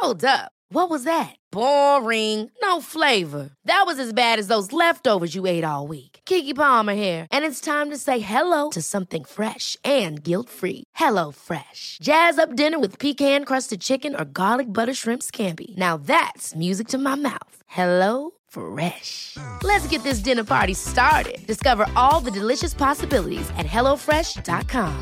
Hold up. What was that? Boring. No flavor. That was as bad as those leftovers you ate all week. Keke Palmer here, and it's time to say hello to something fresh and guilt-free. Hello Fresh. Jazz up dinner with pecan-crusted chicken or garlic butter shrimp scampi. Now that's music to my mouth. Hello Fresh. Let's get this dinner party started. Discover all the delicious possibilities at hellofresh.com.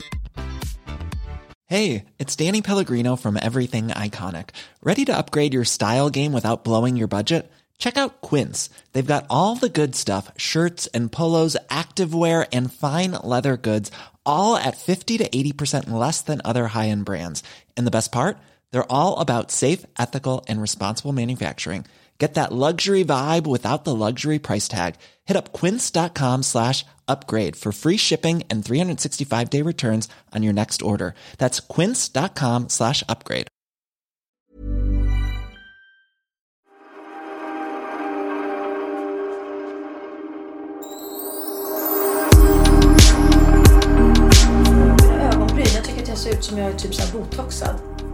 Hey, it's Danny Pellegrino from Everything Iconic. Ready to upgrade your style game without blowing your budget? Check out Quince. They've got all the good stuff, shirts and polos, activewear, and fine leather goods, all at 50 to 80% less than other high-end brands. And the best part? They're all about safe, ethical, and responsible manufacturing. Get that luxury vibe without the luxury price tag. Hit up quince.com/upgrade for free shipping and 365-day returns on your next order. That's quince.com/upgrade. Ögonbryn, jag tycker att jag ser ut som jag är typ så här botoxad.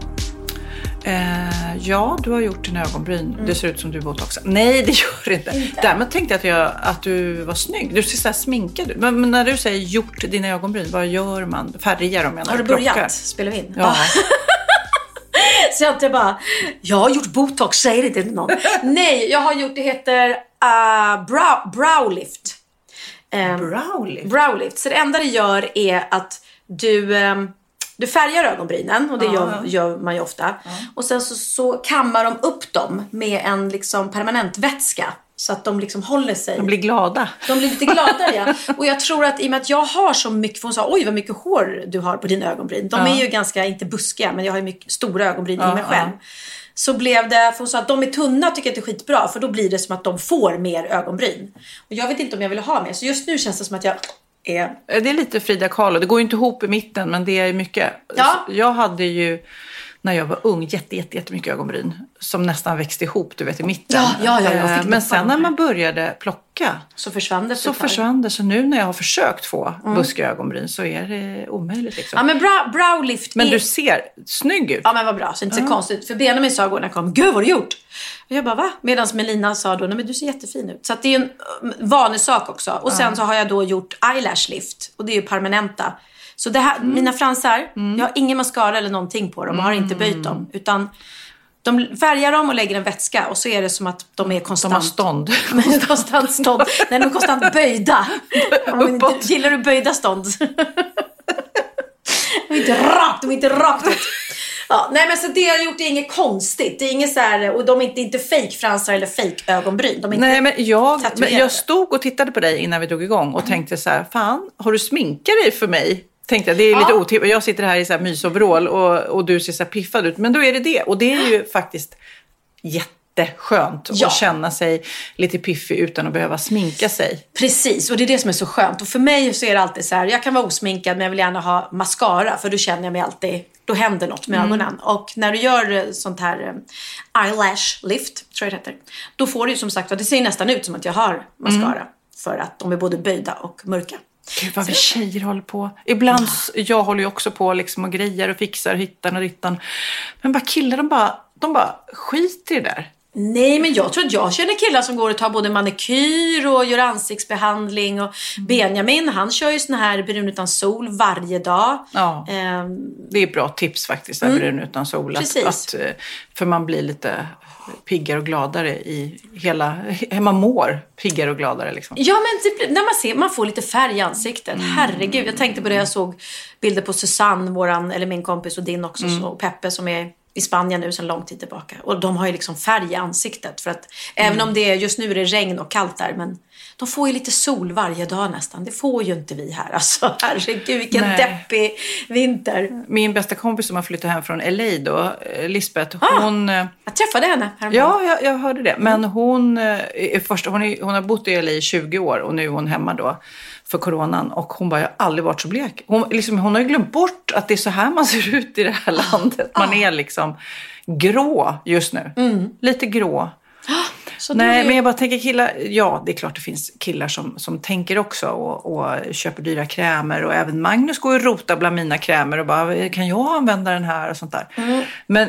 Ja, du har gjort dina ögonbryn. Det ser ut som du är botoxad. Nej, det gör det inte. Därmed tänkte jag att du var snygg. Du ser så här sminkad ut. Men när du säger gjort dina ögonbryn, vad gör man? Färger dem? Har du börjat? Spelar vi in? Ja. Så jag bara, jag har gjort botox, säger det till någon. Nej, jag har gjort, det heter browlift. Browlift. Så det enda det gör är att du färgar ögonbrynen, och det gör man ju ofta. Och sen så kammar de upp dem med en liksom permanent vätska, så att de liksom håller sig. De blir glada. De blir lite gladare, ja. Och jag tror att i och med att jag har så mycket, för hon sa, oj vad mycket hår du har på dina ögonbryn. De är ju ganska, inte buskiga, men jag har ju mycket stora ögonbryn i mig själv. Så blev det, för hon sa att de är tunna, tycker jag att det är skitbra, för då blir det som att de får mer ögonbryn. Och jag vet inte om jag vill ha mer, så just nu känns det som att jag är... Det är lite Frida Kahlo. Det går ju inte ihop i mitten, men det är mycket. Ja. Jag hade ju, när jag var ung, jättemycket ögonbryn som nästan växte ihop, du vet, i mitten. Ja, men sen när man började plocka så försvann det. Så nu när jag har försökt få buskiga ögonbryn så är det omöjligt liksom. Ja, men browlift. Men du ser snygg ut. Ja, men vad bra. Så inte så konstigt. För Benjamin sa igår när jag kom, gud vad har du gjort? Och jag bara, va? Medan Melina sa då, nej men du ser jättefin ut. Så att det är en vanlig sak också. Och sen så har jag då gjort eyelash lift. Och det är ju permanenta. Så det här, mina fransar, jag har ingen mascara eller någonting på dem. Jag har inte böjt dem. Utan de färgar dem och lägger en vätska. Och så är det som att de är konstant. De har stånd. Konstant stånd. Nej, de är konstant böjda. Gillar du böjda stånd? De är inte rakt ut. Ja, nej, men så det jag har gjort är inget konstigt. Det är inget så här, och de är inte fake fransar eller fake ögonbryn. De är inte. Nej, men jag stod och tittade på dig innan vi drog igång och tänkte så här, fan, har du sminkat dig för mig? Tänkte jag, det är lite otippat. Jag sitter här i så här mysoverall och du ser så här piffad ut. Men då är det. Och det är ju faktiskt jätteskönt att känna sig lite piffig utan att behöva sminka sig. Precis, och det är det som är så skönt. Och för mig så är det alltid så här, jag kan vara osminkad men jag vill gärna ha mascara, för då känner jag mig alltid, då händer något med ögonen. Och när du gör sånt här eyelash lift, tror jag det heter, då får du ju som sagt, det ser nästan ut som att jag har mascara, för att de är både böjda och mörka. Gud vad vi tjejer håller på. Ibland, jag håller ju också på liksom och grejer och fixar hittan och dittan. Men bara killar, de bara skiter i det där. Nej, men jag tror att jag känner killar som går och tar både manikyr och gör ansiktsbehandling. Och Benjamin, han kör ju sån här brun utan sol varje dag. Ja, det är bra tips faktiskt, brun utan sol. Att, för man blir lite piggare och gladare i hela, man mår piggare och gladare liksom. Ja, men typ, när man ser, man får lite färg i ansiktet. Herregud, jag tänkte på det, jag såg bilder på Susanne, eller min kompis, och din också, och Peppe som är i Spanien nu sedan lång tid tillbaka. Och de har ju liksom färg i ansiktet. För att även om det är, just nu är det regn och kallt där, men de får ju lite sol varje dag nästan. Det får ju inte vi här. Alltså, herregud, vilken deppig vinter. Min bästa kompis som har flyttat hem från LA då, Lisbeth, hon... Jag träffade henne häromdagen. Ja, jag hörde det. Men hon har bott i LA i 20 år och nu är hon hemma då för coronan. Och hon bara, jag har aldrig varit så blek. Hon har ju glömt bort att det är så här man ser ut i det här landet. Man är liksom grå just nu. Lite grå. Så nej, men jag bara tänker killar, ja det är klart det finns killar som tänker också och köper dyra krämer och även Magnus går och rotar bland mina krämer och bara, kan jag använda den här och sånt där. Men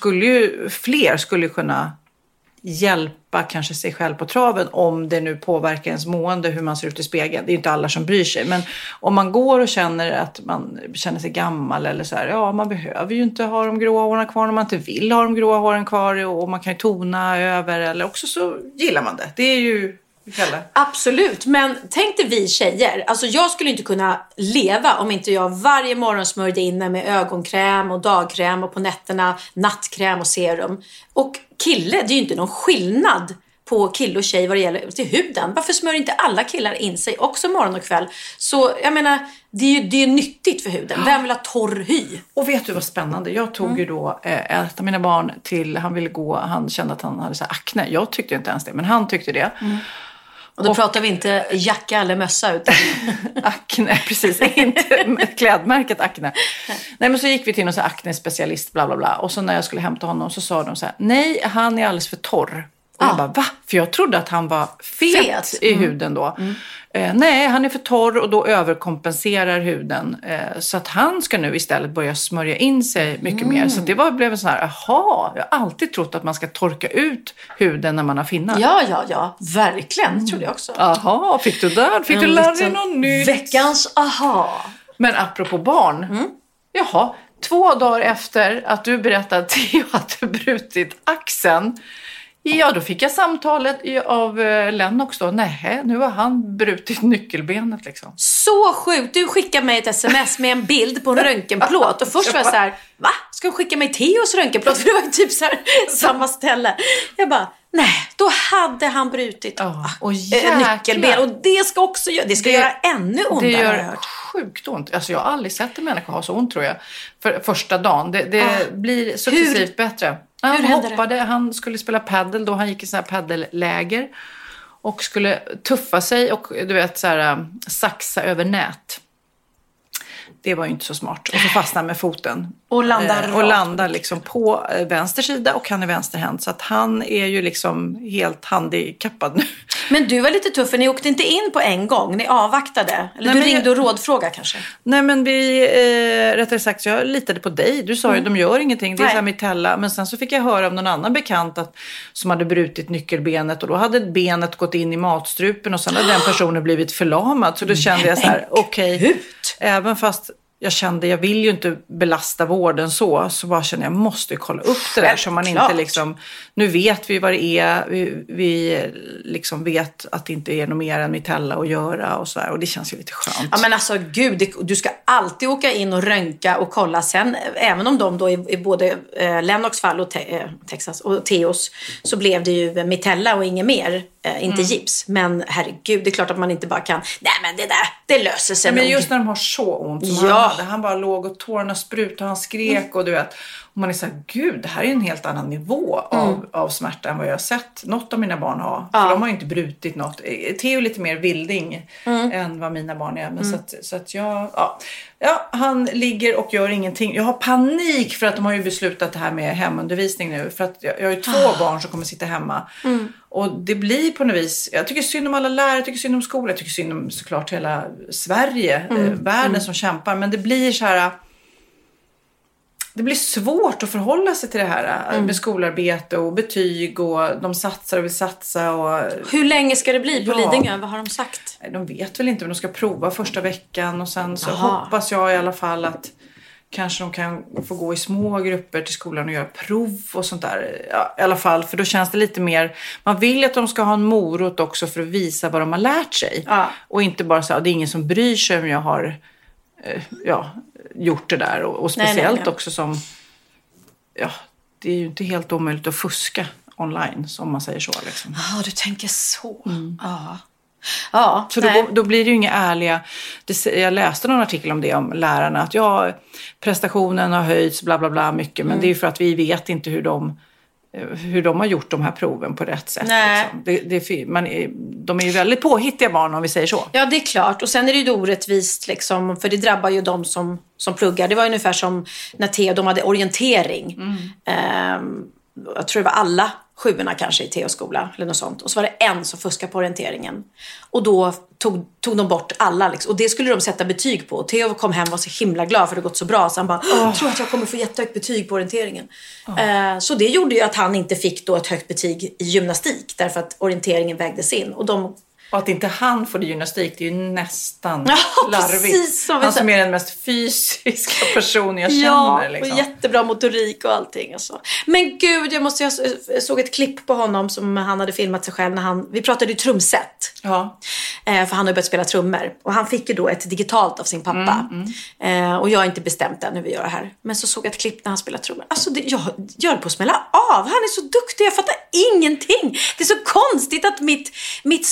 fler skulle kunna hjälpa kanske sig själv på traven om det nu påverkar ens mående hur man ser ut i spegeln. Det är inte alla som bryr sig. Men om man går och känner att man känner sig gammal eller så här, ja man behöver ju inte ha de gråa håren kvar om man inte vill ha de gråa håren kvar och man kan ju tona över eller också så gillar man det. Det är ju Kalle. Absolut, men tänk dig vi tjejer. Alltså jag skulle inte kunna leva om inte jag varje morgon smörjde in mig med ögonkräm och dagkräm och på nätterna nattkräm och serum. Och kille, det är ju inte någon skillnad på kille och tjej vad det gäller till huden. Varför smörjer inte alla killar in sig också morgon och kväll? Så jag menar, det är ju nyttigt för huden. Vem vill ha torr hy? Och vet du vad spännande? Jag tog ju då ett av mina barn till, han kände att han hade så här akne. Jag tyckte inte ens det, men han tyckte det. Och då pratar vi inte jacka eller mössa utan Acne, precis. Inte klädmärket Acne. Nej, men så gick vi till någon så Acne-specialist, bla bla bla. Och så när jag skulle hämta honom så sa de så här, nej, han är alldeles för torr. Och jag bara, va? För jag trodde att han var fet i huden då. Nej, han är för torr och då överkompenserar huden. Så att han ska nu istället börja smörja in sig mycket mer. Så det blev en sån här, jaha, jag har alltid trott att man ska torka ut huden när man har finnar. Ja, verkligen. Det trodde jag också. Jaha, fick du lära dig något nytt? Veckans aha. Men apropå barn. Jaha, 2 dagar efter att du berättade till att du brutit axeln. Ja, då fick jag samtalet av Lennox då. Nej, nu har han brutit nyckelbenet liksom. Så sjukt. Du skickade mig ett sms med en bild på en röntgenplåt. Och först var jag så här, va? Ska du skicka mig Theos röntgenplåt? För det var ju typ så här samma ställe. Jag bara, nej, då hade han brutit nyckelben. Och det ska också göra ännu ondare. Det gör sjukt ont. Alltså jag har aldrig sett en människa ha så ont tror jag. För första dagen. Det blir successivt bättre. Han skulle spela paddel då. Han gick i sån här paddelläger. Och skulle tuffa sig och du vet så här saxa över nät. Det var ju inte så smart. Och så fastnar han med foten. Och landar liksom på vänster sida och han är vänsterhänt. Så att han är ju liksom helt handikappad nu. Men du var lite tuff för ni åkte inte in på en gång. Ni avvaktade. Eller ringde och rådfrågade kanske. Nej men rättare sagt jag litade på dig. Du sa ju de gör ingenting. Det är så här mitella. Men sen så fick jag höra av någon annan bekant som hade brutit nyckelbenet. Och då hade benet gått in i matstrupen. Och sen hade den personen blivit förlamad. Så då kände jag så här, okej. Även fast jag vill ju inte belasta vården så bara känner jag måste kolla upp det där så man inte liksom, nu vet vi vad det är, vi liksom vet att det inte är något mer än mitella att göra och så här, och det känns ju lite skönt. Ja men alltså gud, du ska alltid åka in och röntga och kolla sen, även om de då i både Lennox fall och Texas och Theos så blev det ju mitella och inget mer. Inte gips, men herregud, det är klart att man inte bara kan, nej men det löser sig. Men just när de har så ont som han bara låg och tårarna sprutade och han skrek och du vet, och man är så här, gud, det här är en helt annan nivå av smärta än vad jag har sett något av mina barn ha. För de har ju inte brutit något. Theo är lite mer vilding än vad mina barn är. Men så att han ligger och gör ingenting. Jag har panik för att de har ju beslutat det här med hemundervisning nu. För att jag har ju 2 barn som kommer sitta hemma. Och det blir på något vis, jag tycker synd om alla lärare, jag tycker synd om skolan, jag tycker synd om såklart hela Sverige, världen som kämpar. Men det blir så här, det blir svårt att förhålla sig till det här med skolarbete och betyg och de satsar och vill satsa. Och hur länge ska det bli på Lidingö? Vad har de sagt? De vet väl inte, men de ska prova första veckan och sen så hoppas jag i alla fall att kanske de kan få gå i små grupper till skolan och göra prov och sånt där. Ja, i alla fall, för då känns det lite mer, man vill att de ska ha en morot också för att visa vad de har lärt sig. Och inte bara så här, det är ingen som bryr sig om jag har gjort det där. Och speciellt också som, det är ju inte helt omöjligt att fuska online, som man säger så. Liksom. Du tänker så. Så då blir det ju inga ärliga. Jag läste någon artikel om det om lärarna. Att prestationen har höjts bla bla bla mycket. Men det är ju för att vi vet inte hur de har gjort de här proven på rätt sätt. Liksom. De är ju väldigt påhittiga barn om vi säger så. Ja, det är klart. Och sen är det ju orättvist liksom, för det drabbar ju de som pluggar. Det var ungefär som när de hade orientering. Jag tror det var alla 7:orna kanske i Theo-skola eller något sånt. Och så var det en som fuskade på orienteringen. Och då tog de bort alla liksom. Och det skulle de sätta betyg på. Och Theo kom hem och var så himla glad för det gått så bra. Så han bara, jag tror att jag kommer få jättehögt betyg på orienteringen. Så det gjorde ju att han inte fick då ett högt betyg i gymnastik. Därför att orienteringen vägdes in. Och att inte han får det gymnastik, det är ju nästan larvigt. Precis, han som är den mest fysiska personen jag känner. Liksom. Och jättebra motorik och allting. Och så. Men gud, jag såg ett klipp på honom som han hade filmat sig själv. Vi pratade ju trumset. Ja. För han har ju börjat spela trummor. Och han fick ju då ett digitalt av sin pappa. Och jag har inte bestämt än hur vi gör det här. Men så såg jag ett klipp när han spelar trummor. Alltså jag höll på att smälla av. Han är så duktig, jag fattar ingenting. Det är så konstigt att mitt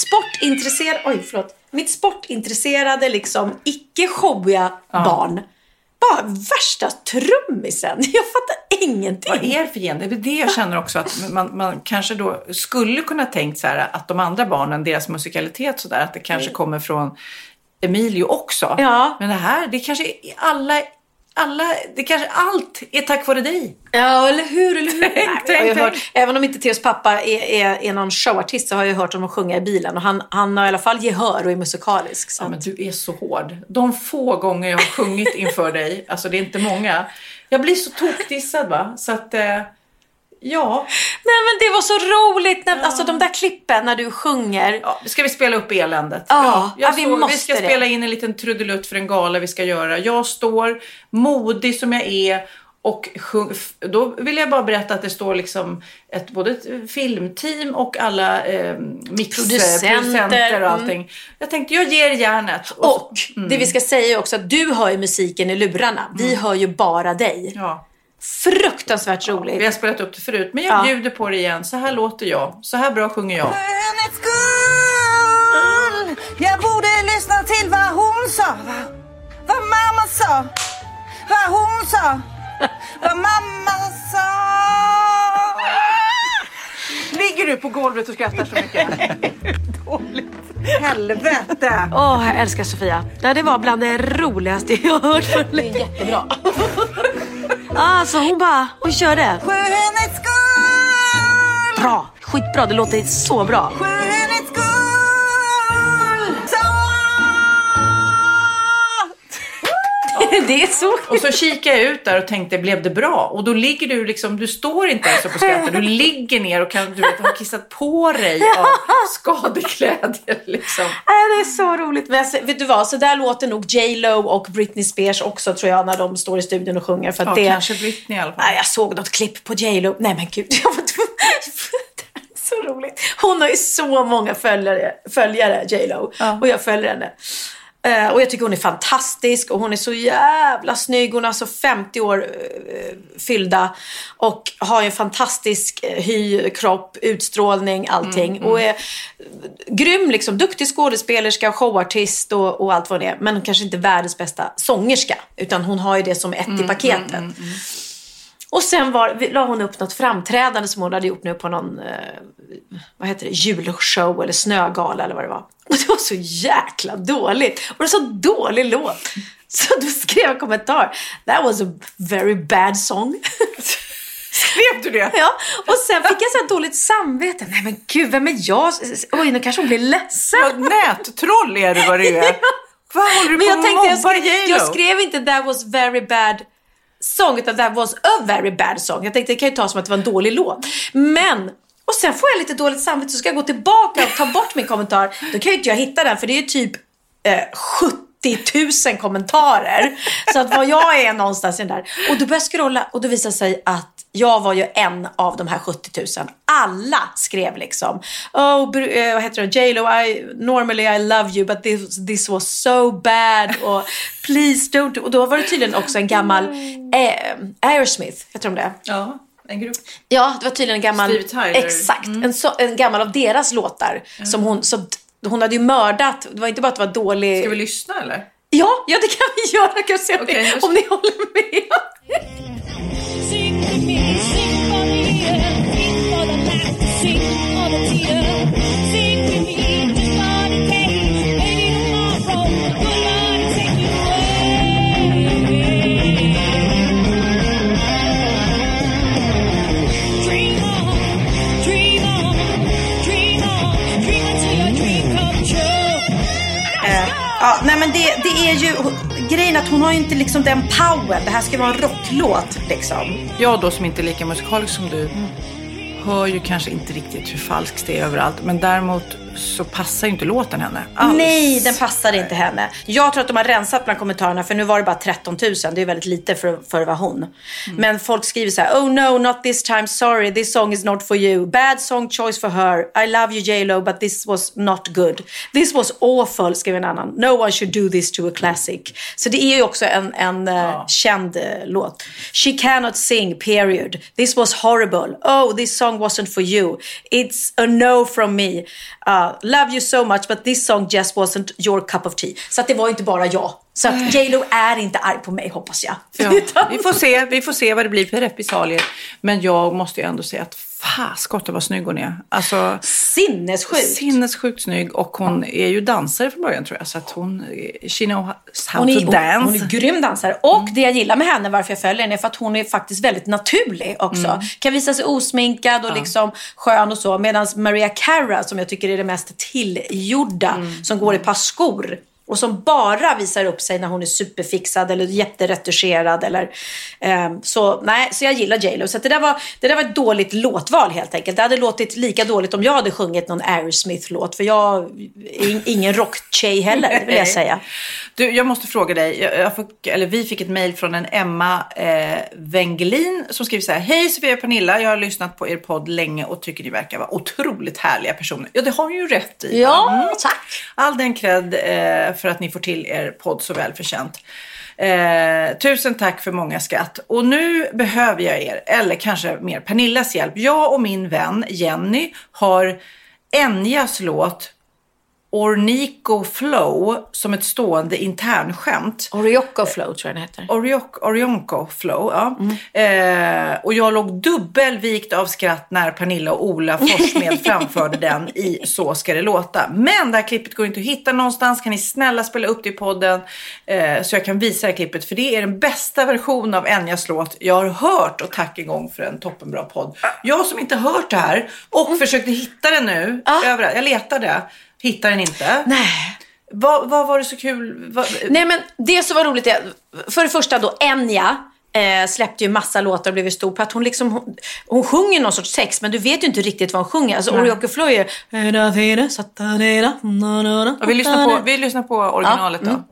sportintresserade liksom icke-showiga barn bara värsta trummisen. Jag fattar ingenting. Vad är det för gen? Det är det jag känner också, att man kanske då skulle kunna tänkt så här att de andra barnen, deras musikalitet så där, att det kanske kommer från Emilio också. Ja. Men det kanske det kanske allt är tack vare dig. Ja, eller hur? Tänk. Även om inte Theos pappa är någon showartist, så har jag hört honom sjunga i bilen. Och han har i alla fall gehör och är musikalisk. Så. Ja, men du är så hård. De få gånger jag har sjungit inför dig, alltså det är inte många. Jag blir så tokdissad, va? Så att... Ja. Nej, men det var så roligt alltså de där klippen när du sjunger. Ja, ska vi spela upp eländet? Vi ska spela in en liten trudelutt för en gala vi ska göra. Jag står modig som jag är och då vill jag bara berätta att det står liksom både ett filmteam och alla mixproducenter och allting. Jag tänkte, jag ger järnet. Och det vi ska säga också, att du hör ju musiken i lurarna. Vi hör ju bara dig. Ja. Fruktansvärt roligt. Vi har spelat upp det förut, men jag bjuder på det igen. Så här låter jag. Så här bra sjunger jag. Jag borde lyssna till vad hon sa. Vad mamma sa. Vad hon sa. Vad mamma sa. Ligger du på golvet och skrattar så mycket? Dåligt. Helvete. Jag älskar Sofia. Det var bland det roligaste jag har hört för länge. Det är jättebra. Alltså hon körde. Bra, skitbra, det låter så bra. Det är så. Och så kikar jag ut där och tänkte, blev det bra? Och då ligger du liksom, du står inte ens på skrattet. Du ligger ner och har kissat på dig av skadekläder liksom. Det är så roligt. Men vet du vad, så där låter nog J.Lo och Britney Spears också, tror jag, när de står i studion och sjunger. För att kanske Britney i alla fall. Jag såg något klipp på J.Lo. Nej men gud, så roligt. Hon har ju så många följare J.Lo. Och jag följer henne. Och jag tycker hon är fantastisk. Och hon är så jävla snygg. Hon har så 50 år fyllda. Och har ju en fantastisk kropp, utstrålning, allting. Och är grym liksom. Duktig skådespelerska, showartist och allt vad det är. Men hon kanske inte är världens bästa sångerska. Utan hon har ju det som ett i paketet. Och sen la hon upp något framträdande som hon hade gjort nu på någon julshow eller snögala eller vad det var. Och det var så jäkla dåligt. Och det var så dålig låt. Så då skrev jag en kommentar. That was a very bad song. Skrev du det? Ja, och sen fick jag så här dåligt samvete. Nej men gud, vem är jag? Oj, nu kanske hon blir ledsen. Nättroll är du vad du är. Vad håller du på jag skrev inte that was very bad song, utan that was a very bad song. Jag tänkte det kan ju ta som att det var en dålig låt. Men, och sen får jag lite dåligt samvete, så ska jag gå tillbaka och ta bort min kommentar. Då kan ju inte jag hitta den, för det är ju typ 70 000 kommentarer. Så att vad jag är någonstans i den där. Och då börjar jag scrolla och då visar sig att jag var ju en av de här 70 000. Alla skrev liksom, vad heter det? J.Lo, normally I love you, but this was so bad. Och please don't. Och då var det tydligen också en gammal Aerosmith, heter de det? Ja, en grupp. Ja, det var tydligen en gammal. Steve Tyler. Exakt, en gammal av deras låtar. Som hon hade ju mördat. Det var inte bara att det var dålig. Ska vi lyssna eller? Ja, det kan vi göra. Kan se om ni håller med. Sing with me, sing for the year, sing for the last, sing for the tear. Sing with me, just for the day, maybe tomorrow, good Lord take you away. Dream on, dream har ju inte liksom den power. Det här ska vara en rocklåt liksom. Jag då som inte är lika musikalisk som du hör ju kanske inte riktigt hur falskt det är överallt. Men däremot så passar ju inte låten henne alls. Nej, den passar inte henne. Jag tror att de har rensat bland kommentarerna. För nu var det bara 13 000. Det är väldigt lite för att vara hon. Men folk skriver så här: oh no, not this time, sorry, this song is not for you. Bad song choice for her. I love you J.Lo, but this was not good. This was awful, skrev en annan. No one should do this to a classic. Så det är ju också en känd låt. She cannot sing, period. This was horrible. Oh, this song wasn't for you. It's a no from me. Love you so much, but this song just wasn't your cup of tea. Så att det var inte bara jag. Så att J.Lo är inte arg på mig, hoppas jag. Ja, vi får se vad det blir för repressalier. Men jag måste ju ändå säga att Skotta vad snygg hon är. Alltså, sinnessjukt snygg. Och hon är ju dansare från början, tror jag. Så att she knows how to dance. Hon är grym dansare. Och det jag gillar med henne, varför jag följer henne, är för att hon är faktiskt väldigt naturlig också. Kan visa sig osminkad och liksom skön och så. Medan Maria Cara, som jag tycker är det mest tillgjorda, som går i par skor och som bara visar upp sig när hon är superfixad eller jätteretuscherad eller så jag gillar J.Lo. Så att det där var ett dåligt låtval helt enkelt. Det hade låtit lika dåligt om jag hade sjungit någon Aerosmith-låt, för jag är ingen rocktjej heller, vill jag säga. Du, jag måste fråga dig. Vi fick ett mejl från en Emma Wengelin som skriver så här: hej Sofia och Pernilla, jag har lyssnat på er podd länge och tycker ni verkar vara otroligt härliga personer. Ja, det har ju rätt i. Ja, tack. All den cred för att ni får till er podd så väl förtjänt. Tusen tack för många skratt. Och nu behöver jag er, eller kanske mer Pernillas hjälp. Jag och min vän Jenny har Enyas låt Ornico Flow som ett stående internskämt. Orioco Flow tror jag den heter. Orionco Flow, ja. Och jag låg dubbelvikt av skratt när Pernilla och Ola Forsmed framförde den i Så ska det låta. Men det här klippet går inte att hitta någonstans. Kan ni snälla spela upp det i podden så jag kan visa det här klippet. För det är den bästa version av Enyas låt jag har hört. Och tack en gång för en toppenbra podd. Jag som inte hört det här och försökte hitta det nu överallt. Jag letade. Hittar den inte? Nej. Vad var det så kul? Nej, men det som var roligt är, för det första då, Enya släppte ju massa låtar och blev stor på att hon sjunger någon sorts text, men du vet ju inte riktigt vad hon sjunger. Alltså Orioco Flow är vi lyssnar på originalet då.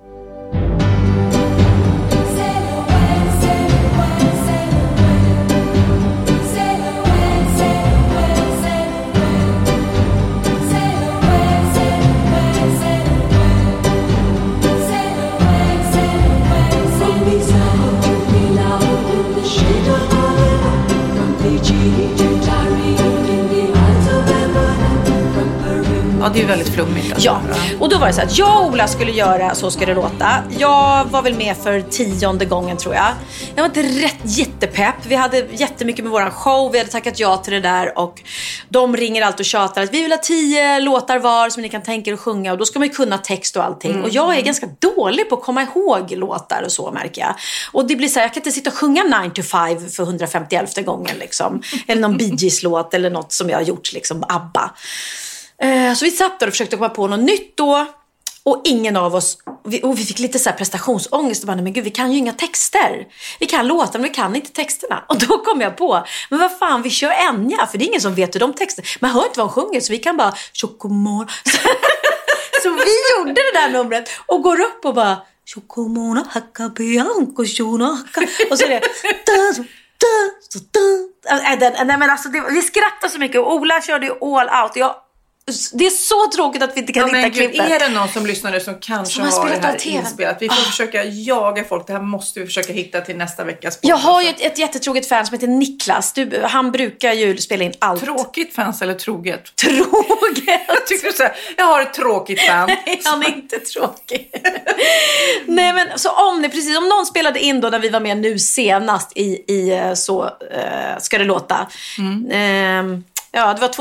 Ja, det är ju väldigt flummigt. Alltså. Ja, och då var det så att jag och Ola skulle göra Så ska det låta. Jag var väl med för 10:e gången, tror jag. Jag var inte jättepepp. Vi hade jättemycket med våran show. Vi hade tackat ja till det där. Och de ringer alltid och tjatar att vi vill ha 10 låtar var som ni kan tänka er att sjunga. Och då ska man ju kunna text och allting. Och jag är ganska dålig på att komma ihåg låtar och så, märker jag. Och det blir så här, jag kan inte sitta och sjunga 9 to 5 för 151:e gången liksom. Eller någon Bee Gees-låt eller något som jag har gjort, liksom ABBA. Så vi satt där och försökte komma på något nytt då. Och ingen av oss, vi fick lite så här prestationsångest och bara, men gud, vi kan ju inga texter. Vi kan låta, men vi kan inte texterna. Och då kom jag på, men vad fan, vi kör Enya, för det är ingen som vet hur de texter. Man hör inte vad hon sjunger, så vi kan bara chokomona. Så vi gjorde det där numret och går upp och bara chokomona hacka bianco shona hacka. Och så är det nej, men alltså vi skrattar så mycket och Ola körde ju all out. Det är så tråkigt att vi inte kan hitta klippet. Är det någon som lyssnar nu som kanske har det här inspelat? Vi får försöka jaga folk. Det här måste vi försöka hitta till nästa veckas podd. Jag har ju ett jättetråkigt fan som heter Niklas. Han brukar ju spela in allt. Tråkigt fans eller troget? Troget. Jag tycker så här, jag har ett tråkigt fan. Nej, han är inte tråkig. Nej, men så om någon spelade in då när vi var med nu senast i Så ska det låta. Ja, det var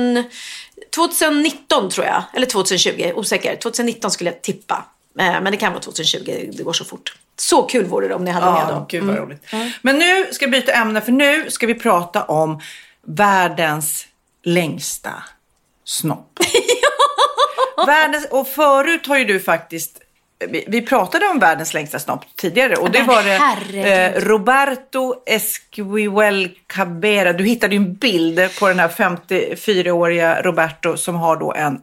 2019 tror jag. Eller 2020, osäker. 2019 skulle jag tippa. Men det kan vara 2020, det går så fort. Så kul vore det om ni hade med dem. Gud vad roligt. Men nu ska vi byta ämne, för nu ska vi prata om världens längsta snopp. Och förut har ju du faktiskt vi pratade om världens längsta snopp tidigare. Och det var det Roberto Esquivel Cabrera. Du hittade ju en bild på den här 54-åriga Roberto som har då en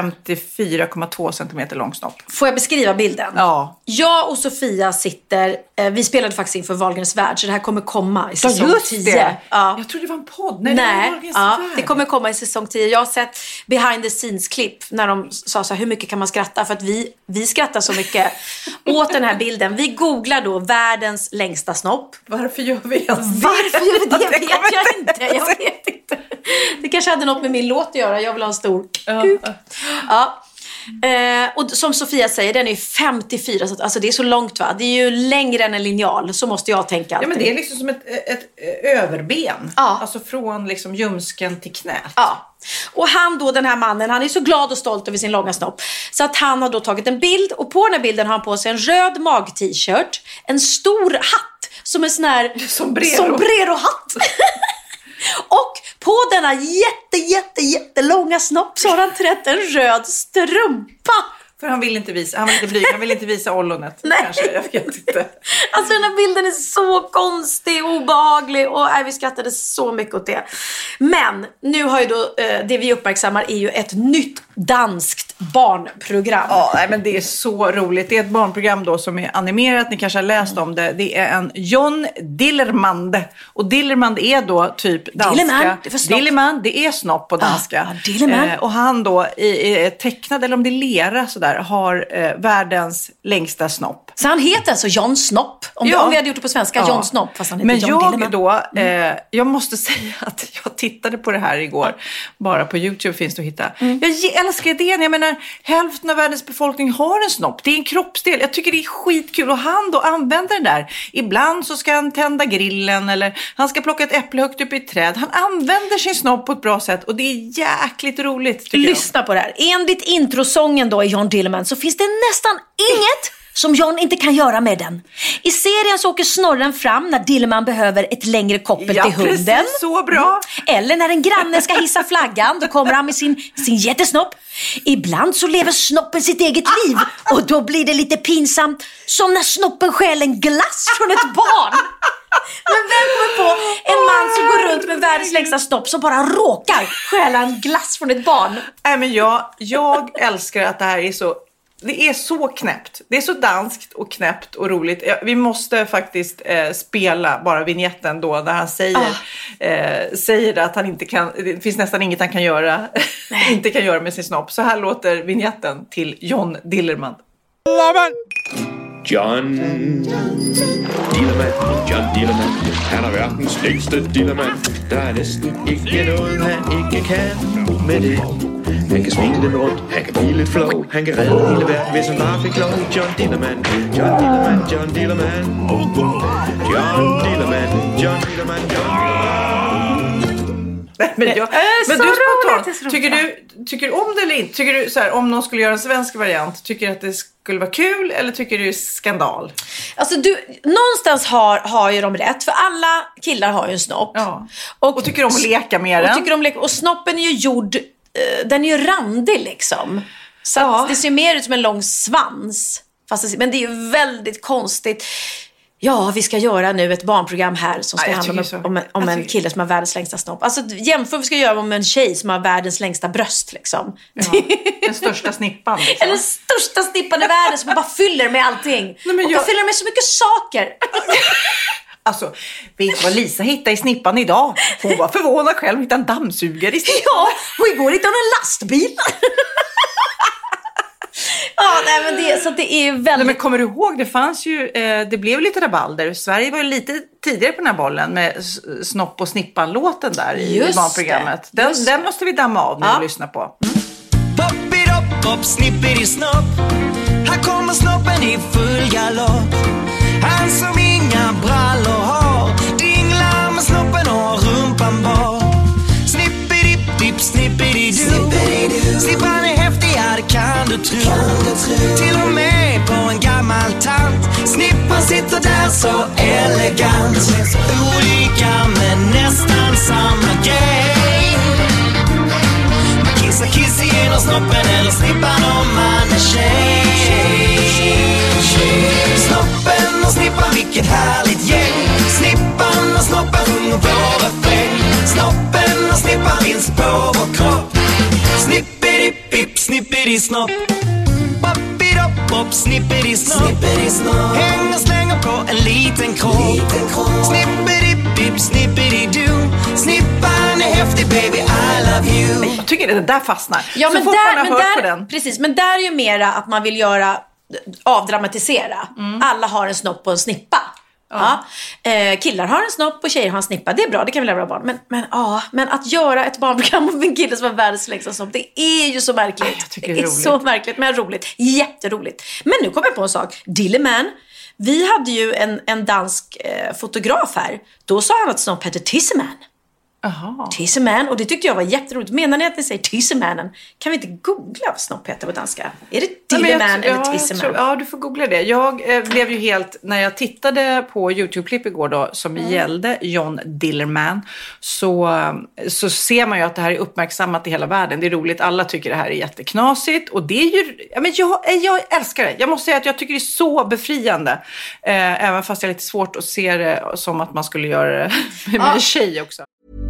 54,2 centimeter lång snopp. Får jag beskriva bilden? Ja. Jag och Sofia sitter, vi spelade faktiskt inför Wahlgrens värld, så det här kommer komma i säsong 10. Det. Ja. Jag trodde det var en podd. Nej, det kommer komma i säsong 10. Jag har sett behind the scenes-klipp när de sa så här, hur mycket kan man skratta? För att vi skrattar så mycket åt den här bilden. Vi googlar då världens längsta snopp. Varför gör vi ens det? Varför gör vi det? Jag vet inte. Det kanske hade något med min låt att göra. Jag vill ha en stor kuk. Ja. Och som Sofia säger, den är 54, så alltså det är så långt, va? Det är ju längre än en linjal, så måste jag tänka alltid. Ja, men det är liksom som ett överben. Ja. Alltså från liksom ljumsken till knät. Ja. Och han då, den här mannen, han är så glad och stolt över sin långa snopp, så att han har då tagit en bild, och på den här bilden har han på sig en röd mag-t-shirt, en stor hatt som en sån här sombrero-hatt. Och på denna jättelånga snopp så har han trätt en röd strumpa. För han vill inte visa ollonet. Nej. Kanske, jag vet inte. Alltså den här bilden är så konstig och obehaglig, och vi skrattade så mycket åt det. Men nu har ju då, det vi uppmärksammar är ju ett nytt danskt barnprogram. Ja, nej, men det är så roligt. Det är ett barnprogram då som är animerat. Ni kanske har läst om det. Det är en John Dillermand. Och Dillermand är då typ danska. Dillermand, det är snopp på danska. Och han då är tecknad, eller om det är lera sådär, har världens längsta snopp. Så han heter alltså John Snopp. Om vi hade gjort det på svenska, John Snopp, fast han heter John Dillermand. Jag måste säga att jag tittade på det här igår. Bara på YouTube finns det att hitta. Jag älskar idén. Jag menar, hälften av världens befolkning har en snopp. Det är en kroppsdel. Jag tycker det är skitkul. Och han då använder den där. Ibland så ska han tända grillen, eller han ska plocka ett äpple högt upp i ett träd. Han använder sin snopp på ett bra sätt, och det är jäkligt roligt. Lyssna på det här. Enligt introsången då i John Dillermand så finns det nästan inget som John inte kan göra med den. I serien så åker snorren fram när Dillermand behöver ett längre koppel till hunden. Precis, så bra. Eller när en granne ska hissa flaggan, då kommer han med sin jättesnopp. Ibland så lever snoppen sitt eget liv, och då blir det lite pinsamt, som när snoppen stjäl en glass från ett barn. Men vem kommer på en man som går runt med världens längsta snopp som bara råkar stjäla en glass från ett barn? Nej, men jag älskar att det här är så... Det är så knäppt. Det är så danskt och knäppt och roligt. Vi måste faktiskt spela bara vignetten då, där han säger att han inte kan... Det finns nästan inget han kan göra, inte kan göra med sin snopp. Så här låter vignetten till John Dillermand. John Dillermand, han är världens längsta Dillermand. Der är nästan ikke noget, han ikke kan med det. Han kan svinge den rundt, han kan blive lidt flow, han kan redde hele verden, hvis han bare fik lov. John Dillermand, John Dillermand, John Dillermand, John Dillermand, John Dillermand, John Dillermand. Men du spontant, tycker du om det eller inte? Tycker du så här, om någon skulle göra en svensk variant, tycker du att det skulle vara kul, eller tycker du det är skandal? Alltså någonstans har ju de rätt, för alla killar har ju en snopp. Ja. Och tycker om att leka med den. Och snoppen är ju gjord, den är ju randig liksom. Så att det ser mer ut som en lång svans. Men det är ju väldigt konstigt. Ja, vi ska göra nu ett barnprogram här som ska handla om en kille som har världens längsta snopp. Alltså vi ska göra om en tjej som har världens längsta bröst liksom. Ja, den största snippan liksom. Eller den största snippan i världen som bara fyller med allting. Och jag fyller med så mycket saker. Alltså, vet du vad Lisa hittade i snippan idag? Hon var förvånad själv, hittade en dammsugare i snippan. Ja, och igår hittade hon en lastbil. Ja, nej, men det är väldigt... Nej, men kommer du ihåg, det fanns ju, det blev lite rabalder. Sverige var ju lite tidigare på den här bollen med Snopp och Snippan-låten där i barnprogrammet. Den måste vi damma av när vi lyssnar på. Pop it up, pop, snippity snopp. Här kommer snoppen i full galopp. Han som inga brallor har dinglar med snoppen och rumpan bar. Snippidi-dipp, snippidi-doo. Snippan är häftigare, kan du tro. Till och med på en gammal tant. Snippan sitter där så elegant. Olika men nästan samma grej. Man kissar kiss igenom snoppen eller snippan om man är tjej. vilket härligt gäng. Snippan och Snoppen sjunger vår refräng. Snoppen och Snippan finns på vår kropp. Snippidi-pip, snippidi-snopp. Bop-bidi-dopp-bop, snippidi-snopp. Häng och slänger på en liten kropp. Snippidi-pip, snippidi-doo. Snippan är häftig baby, I love you. Jag tycker det där fastnar. Ja, så men fort där, man har men hört där, på den. precis, men där är ju mera att man vill göra avdramatisera. Alla har en snopp och en snippa. Ja. Killar har en snopp och tjejer har en snippa. Det är bra, det kan vi lära våra barn. Men att göra ett barnprogram om en kille som är världens längsta snopp, det är ju så märkligt. Jag tycker det är roligt. Så märkligt, men roligt. Jätteroligt. Men nu kommer jag på en sak. Dilleman. Vi hade ju en dansk fotograf här. Då sa han att snopp hette Tisseman. Aha. Tisseman, och det tyckte jag var jätteroligt. Menar ni att ni säger Tissemanen? Kan vi inte googla vad snopp heter på danska? Är det Dilleman eller Tisseman? Ja, du får googla det. Jag blev ju helt, när jag tittade på YouTube-klipp igår då, som gällde John Dillerman, så ser man ju att det här är uppmärksammat i hela världen. Det är roligt, alla tycker det här är jätteknasigt. Och det är ju, jag älskar det. Jag måste säga att jag tycker det är så befriande. Även fast jag är lite svårt att se det som att man skulle göra det med en tjej också.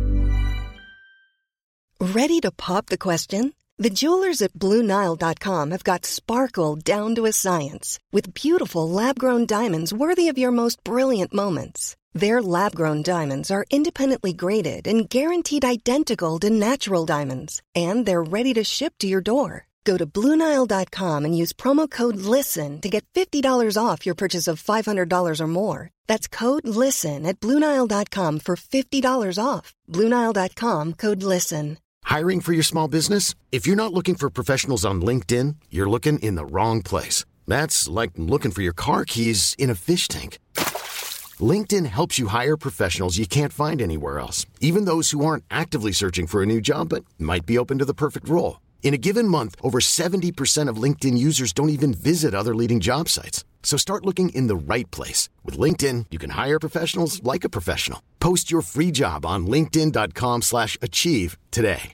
Ready to pop the question? The jewelers at BlueNile.com have got sparkle down to a science with beautiful lab-grown diamonds worthy of your most brilliant moments. Their lab-grown diamonds are independently graded and guaranteed identical to natural diamonds, and they're ready to ship to your door. Go to BlueNile.com and use promo code LISTEN to get $50 off your purchase of $500 or more. That's code LISTEN at BlueNile.com for $50 off. BlueNile.com, code LISTEN. Hiring for your small business? If you're not looking for professionals on LinkedIn, you're looking in the wrong place. That's like looking for your car keys in a fish tank. LinkedIn helps you hire professionals you can't find anywhere else, even those who aren't actively searching for a new job but might be open to the perfect role. In a given month, over 70% of LinkedIn users don't even visit other leading job sites. So start looking in the right place. With LinkedIn, you can hire professionals like a professional. Post your free job on linkedin.com/achieve today.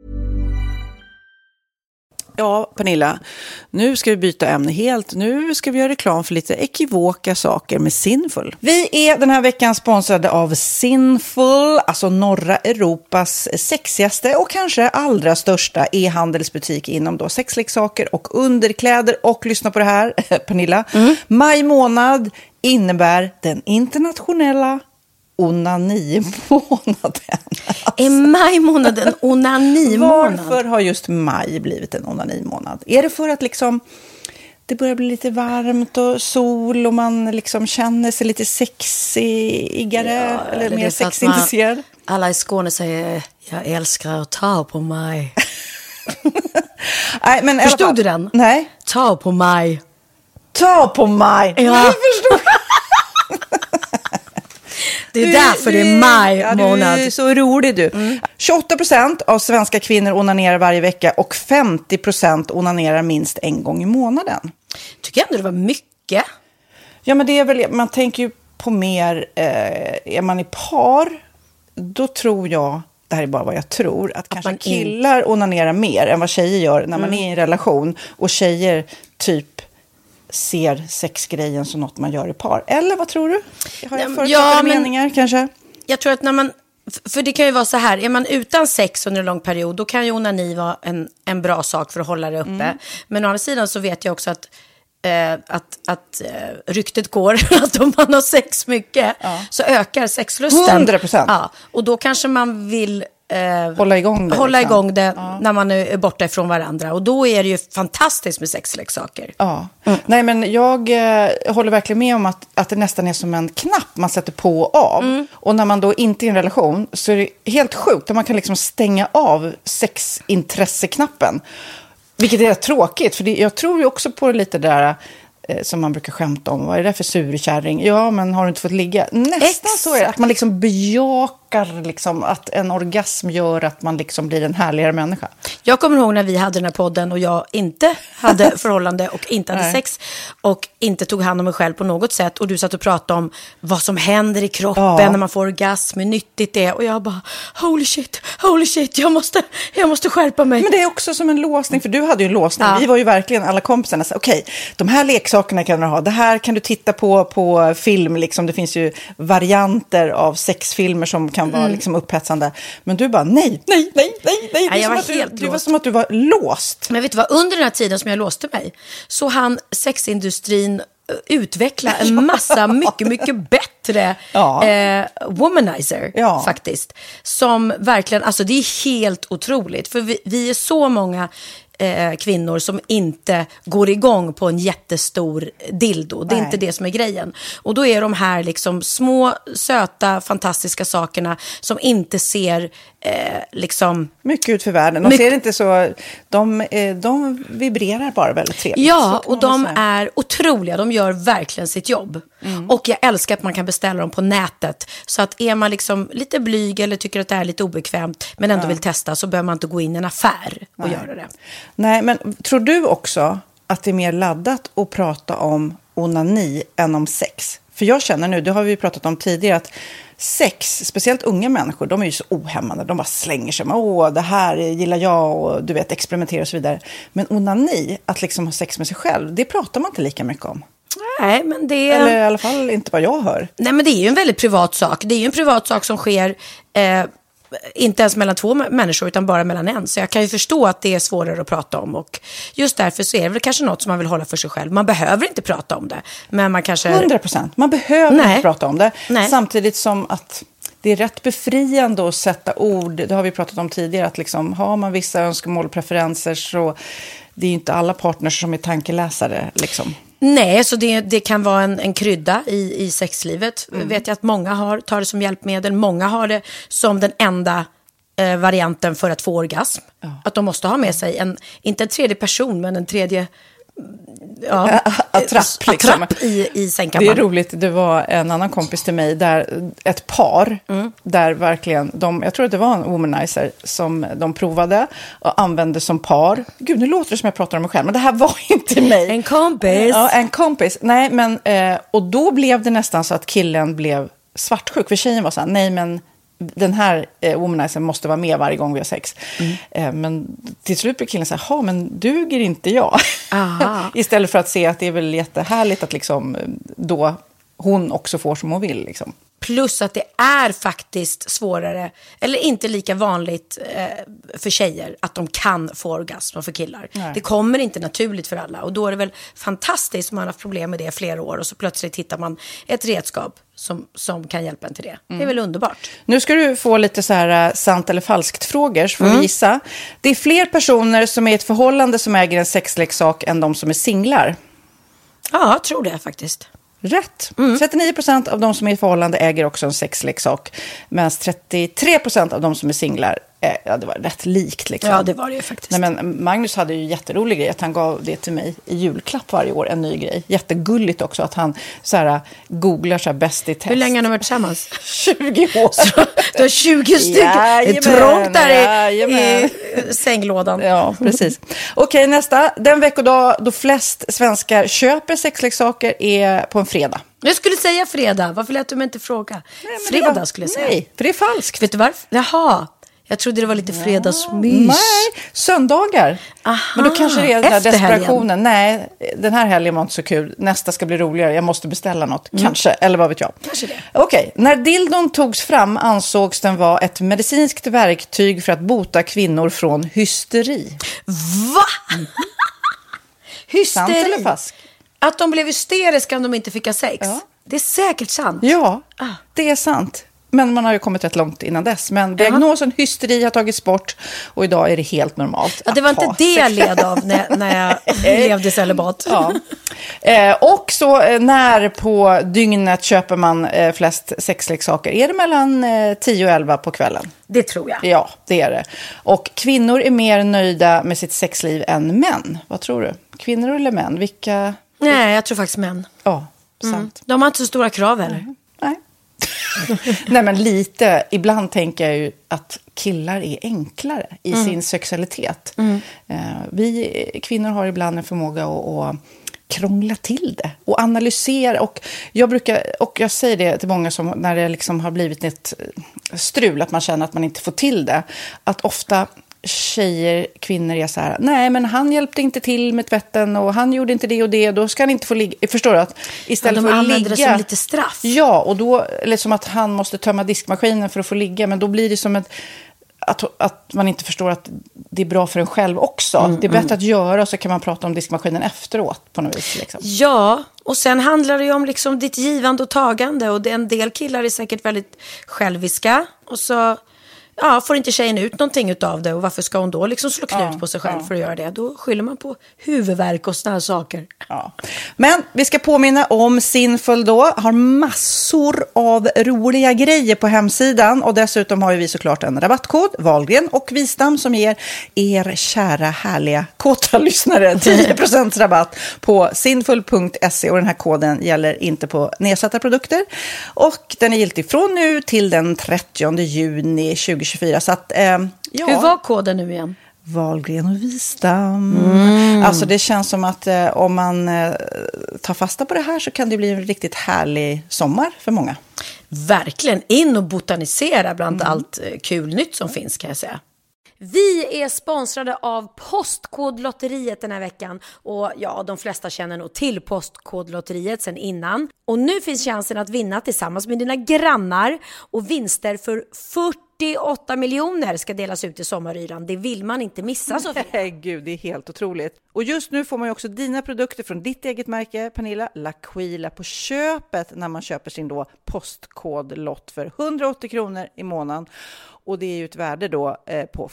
Ja, Pernilla, nu ska vi byta ämne helt. Nu ska vi göra reklam för lite ekivoka saker med Sinful. Vi är den här veckan sponsrade av Sinful, alltså norra Europas sexigaste och kanske allra största e-handelsbutik inom då sexleksaker och underkläder. Och lyssna på det här, Pernilla. Maj månad innebär den internationella onanimånaden. Är maj månaden onanimånad? Varför har just maj blivit en onanimånad? Är det för att liksom det börjar bli lite varmt och sol och man liksom känner sig lite sexigare eller mer sexintresserad? Alla i Skåne säger jag älskar att ta på mig. Nej, men förstod du den? Nej. Ta på mig. Ta på mig. Ja. Jag förstod. Det är därför det är maj månad. Du är så rolig du. 28% av svenska kvinnor onanerar varje vecka och 50% onanerar minst en gång i månaden. Tycker jag ändå det var mycket. Ja, men det är väl, man tänker ju på mer, är man i par, då tror jag, det här är bara vad jag tror, att kanske killar onanerar mer än vad tjejer gör när man är i en relation. Och tjejer typ ser sexgrejen som något man gör i par. Eller vad tror du? Har jag förutsatta meningar kanske? Jag tror att när man, för det kan ju vara så här, är man utan sex under en lång period, då kan ju onani vara en bra sak för att hålla det uppe. Men å andra sidan så vet jag också att ryktet går att om man har sex mycket så ökar sexlusten. 100%. Ja, och då kanske man vill hålla igång det när man är borta ifrån varandra. Och då är det ju fantastiskt med sexleksaker. Ja. Nej, men jag håller verkligen med om att det nästan är som en knapp man sätter på och av. Och när man då inte är i en relation så är det helt sjukt att man kan liksom stänga av sexintresseknappen. Vilket är tråkigt, för jag tror ju också på lite där som man brukar skämta om. Vad är det för surkärring? Ja, men har du inte fått ligga? Nästan så är det, att man liksom bejakar lockar liksom, att en orgasm gör att man liksom blir en härligare människa. Jag kommer ihåg när vi hade den här podden och jag inte hade förhållande och inte hade sex och inte tog hand om mig själv på något sätt. Och du satt och pratade om vad som händer i kroppen när man får orgasm, hur nyttigt det är. Och jag bara, holy shit, jag måste skärpa mig. Men det är också som en låsning, för du hade ju en låsning. Vi var ju verkligen alla kompisarna. Okej, de här leksakerna kan du ha. Det här kan du titta på film. Liksom. Det finns ju varianter av sexfilmer som kan vara liksom upphetsande. Men du bara, nej. Det var som att du var låst. Men vet du vad, under den här tiden som jag låste mig så hann sexindustrin utveckla en massa mycket bättre womanizer faktiskt. Som verkligen, alltså det är helt otroligt. För vi är så många kvinnor som inte går igång på en jättestor dildo. Det är inte det som är grejen. Och då är de här liksom små, söta, fantastiska sakerna som inte ser liksom... mycket ut för världen. De ser inte så... De vibrerar bara väldigt trevligt. Ja, och de är otroliga. De gör verkligen sitt jobb. Och jag älskar att man kan beställa dem på nätet. Så att är man liksom lite blyg eller tycker att det är lite obekvämt men ändå vill testa, så behöver man inte gå in i en affär och göra det. Nej, men tror du också att det är mer laddat att prata om onani än om sex? För jag känner nu, det har vi pratat om tidigare, att sex, speciellt unga människor, de är ju så ohämmande. De bara slänger sig med, det här gillar jag och du vet, experimentera och så vidare. Men onani, att liksom ha sex med sig själv, det pratar man inte lika mycket om. Nej, men det är... Eller i alla fall inte vad jag hör. Nej, men det är ju en väldigt privat sak. Det är ju en privat sak som sker... inte ens mellan två människor utan bara mellan en. Så jag kan ju förstå att det är svårare att prata om. Och just därför så är det väl kanske något som man vill hålla för sig själv. Man behöver inte prata om det. Men man kanske... 100%. Man behöver inte prata om det. Nej. Samtidigt som att det är rätt befriande att sätta ord. Det har vi pratat om tidigare. Att liksom, har man vissa önskemål och preferenser så det är ju inte alla partners som är tankeläsare liksom. Nej, så det kan vara en krydda i sexlivet. Vet jag att många tar det som hjälpmedel. Många har det som den enda varianten för att få orgasm. Ja. Att de måste ha med sig inte en tredje person, men en tredje attrapp i sängkammaren. Det är roligt, det var en annan kompis till mig där ett par där verkligen jag tror att det var en womanizer som de provade och använde som par. Gud, nu låter det som jag pratar om mig själv, men det här var inte mig. En kompis. Ja, en kompis. Nej, men och då blev det nästan så att killen blev svartsjuk, för tjejen var så här, nej men den här womanizer måste vara med varje gång vi har sex. Men till slut blir killen så här, men duger inte jag? Istället för att se att det är väl jättehärligt att liksom då hon också får som hon vill liksom. Plus att det är faktiskt svårare, eller inte lika vanligt för tjejer att de kan få orgasm för killar. Nej. Det kommer inte naturligt för alla. Och då är det väl fantastiskt om man har haft problem med det i flera år. Och så plötsligt hittar man ett redskap som kan hjälpa en till det. Det är väl underbart. Nu ska du få lite så här sant eller falskt frågor, så får vi gissa. Det är fler personer som är i ett förhållande som äger en sexleksak än de som är singlar. Ja, jag tror det faktiskt. Rätt. 39% av de som är i förhållande äger också en sexleksak. Medan 33% av de som är singlar, det var rätt likt liksom. Ja, det var det ju faktiskt. Nej, men Magnus hade ju jätterolig grej att han gav det till mig i julklapp varje år, en ny grej. Jättegulligt också att han så här googlar så här bäst i test. Hur länge har ni varit tillsammans? 20 år. Så, du har 20 stycken. Det är trångt där i sänglådan. Ja, precis. Okej, nästa. Den veckodag då flest svenskar köper sexleksaker är på en fredag. Jag skulle säga fredag. Varför lät du mig inte fråga? Nej, fredag skulle jag säga. Nej, för det är falskt. Vet du varför? Jaha. Jag trodde det var lite fredagsmys. Nej, söndagar. Aha, men då kanske det är den här desperationen. Helgen. Nej, den här helgen var inte så kul. Nästa ska bli roligare. Jag måste beställa något. Kanske, eller vad vet jag. Kanske det. Okej, när dildon togs fram ansågs den vara ett medicinskt verktyg för att bota kvinnor från hysteri. Va? Hysteri? Sant eller falskt? Att de blev hysteriska om de inte fick ha sex. Ja. Det är säkert sant. Ja, det är sant. Men man har ju kommit rätt långt innan dess. Men diagnosen hysteri har tagits bort. Och idag är det helt normalt. Ja, det var inte det jag led av när jag levde celibat. Ja. Och så när på dygnet köper man flest sexleksaker? Är det mellan 10 och 11 på kvällen? Det tror jag. Ja, det är det. Och kvinnor är mer nöjda med sitt sexliv än män. Vad tror du? Kvinnor eller män? Vilka? Nej, jag tror faktiskt män. Ja, sant. De har inte så stora krav heller. Nej. Nej, men lite. Ibland tänker jag ju att killar är enklare i sin sexualitet. Vi kvinnor har ibland en förmåga att krångla till det och analysera. Och jag säger det till många som när det liksom har blivit ett strul, att man känner att man inte får till det. Att ofta kvinnor är så här, nej men han hjälpte inte till med tvätten och han gjorde inte det och det, då ska han inte få ligga. Förstår du? Att istället för att ligga, det som lite straff. Ja, och då eller som att han måste tömma diskmaskinen för att få ligga, men då blir det som att man inte förstår att det är bra för en själv också. Det är bättre att göra, och så kan man prata om diskmaskinen efteråt på något vis. Liksom. Ja, och sen handlar det ju om liksom ditt givande och tagande. Och en del killar är säkert väldigt själviska. Och så får inte tjejen ut någonting utav det. Och varför ska hon då liksom slå knut på sig själv för att göra det? Då skyller man på huvudvärk och såna här saker. Ja. Men vi ska påminna om Sinful då. Har massor av roliga grejer på hemsidan. Och dessutom har vi såklart en rabattkod, Wahlgren och Wistam, som ger er kära, härliga, kåta lyssnare 10% rabatt på sinful.se. Och den här koden gäller inte på nedsatta produkter. Och den är giltig från nu till den 30 juni 2024. Så att, Hur var koden nu igen? Wahlgren och Wistam. Alltså det känns som att om man tar fasta på det här så kan det bli en riktigt härlig sommar för många. Verkligen, in och botanisera bland allt kul nytt som finns, kan jag säga. Vi är sponsrade av Postkodlotteriet den här veckan. Och de flesta känner nog till Postkodlotteriet sen innan. Och nu finns chansen att vinna tillsammans med dina grannar. Och vinster för 48 miljoner ska delas ut i sommaryran. Det vill man inte missa, Sofie. Gud, det är helt otroligt. Och just nu får man ju också dina produkter från ditt eget märke, Pernilla, L'Aquila, på köpet när man köper sin då postkodlott för 180 kronor i månaden. Och det är ju ett värde då på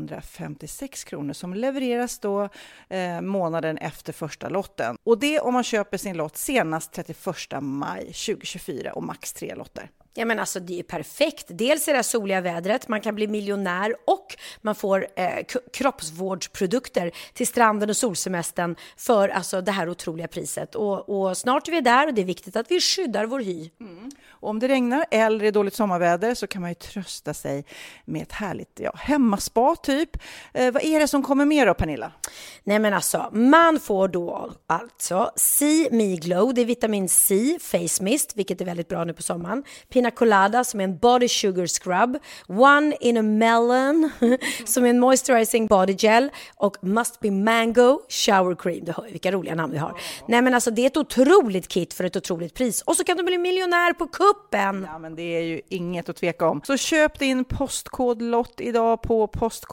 556 kronor som levereras då månaden efter första lotten. Och det om man köper sin lott senast 31 maj 2024 och max 3 lotter. Ja, men alltså det är perfekt. Dels är det soliga vädret, man kan bli miljonär och man får kroppsvårdsprodukter till stranden och solsemestern för alltså det här otroliga priset. Och snart är vi där och det är viktigt att vi skyddar vår hy. Och om det regnar eller är dåligt sommarväder så kan man ju trösta sig med ett härligt hemmaspa typ. Vad är det som kommer med då, Pernilla? Nej, men alltså man får då alltså See Me Glow, det är vitamin C face mist, vilket är väldigt bra nu på sommaren. Pina Colada som är en body sugar scrub, One in a Melon som är en moisturizing body gel och Must Be Mango shower cream. Du hör vilka roliga namn vi har. Nej, men alltså det är ett otroligt kit för ett otroligt pris. Och så kan du bli miljonär på kuppen. Ja, men det är ju inget att tveka om. Så köp din postkodlott idag på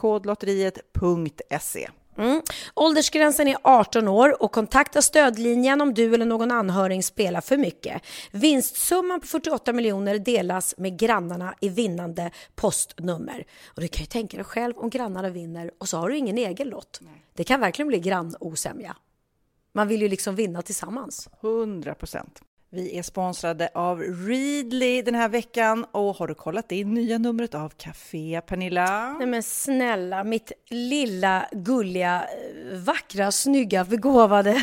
postkodlotteriet.se. Åldersgränsen är 18 år och kontakta stödlinjen om du eller någon anhörig spelar för mycket. Vinstsumman på 48 miljoner delas med grannarna i vinnande postnummer. Och du kan ju tänka dig själv om grannarna vinner och så har du ingen egen lott. Nej. Det kan verkligen bli grannosämja. Man vill ju liksom vinna tillsammans. 100%. Vi är sponsrade av Readly den här veckan. Och har du kollat det nya numret av Café, Pernilla? Nej men snälla, mitt lilla, gulliga, vackra, snygga, begåvade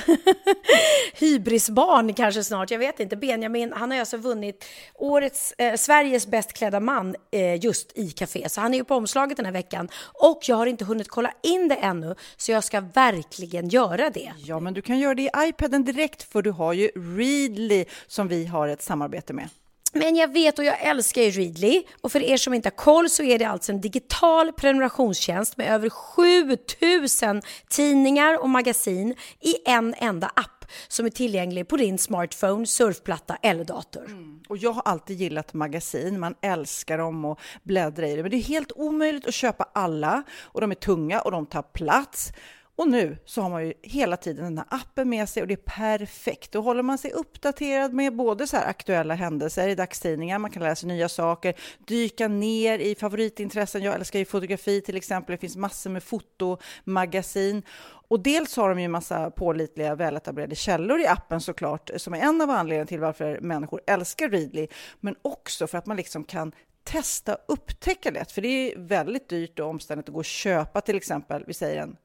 hybrisbarn kanske snart. Jag vet inte. Benjamin, han har alltså vunnit årets Sveriges bäst klädda man just i Café. Så han är ju på omslaget den här veckan. Och jag har inte hunnit kolla in det ännu. Så jag ska verkligen göra det. Ja, men du kan göra det i iPaden direkt. För du har ju Readly som vi har ett samarbete med. Men jag vet och jag älskar ju Readly. Och för er som inte har koll så är det alltså en digital prenumerationstjänst med över 7000 tidningar och magasin i en enda app som är tillgänglig på din smartphone, surfplatta eller dator. Och jag har alltid gillat magasin. Man älskar dem och bläddra i det. Men det är helt omöjligt att köpa alla. Och de är tunga och de tar plats. Och nu så har man ju hela tiden den här appen med sig och det är perfekt. Då håller man sig uppdaterad med både så här aktuella händelser i dagstidningar. Man kan lära sig nya saker, dyka ner i favoritintressen. Jag älskar ju fotografi till exempel. Det finns massor med fotomagasin. Och dels har de ju en massa pålitliga, väletablerade källor i appen såklart. Som är en av anledningarna till varför människor älskar Readly. Men också för att man liksom kan testa upptäcka lätt, för det är väldigt dyrt och omständigt att gå och köpa till exempel, vi säger en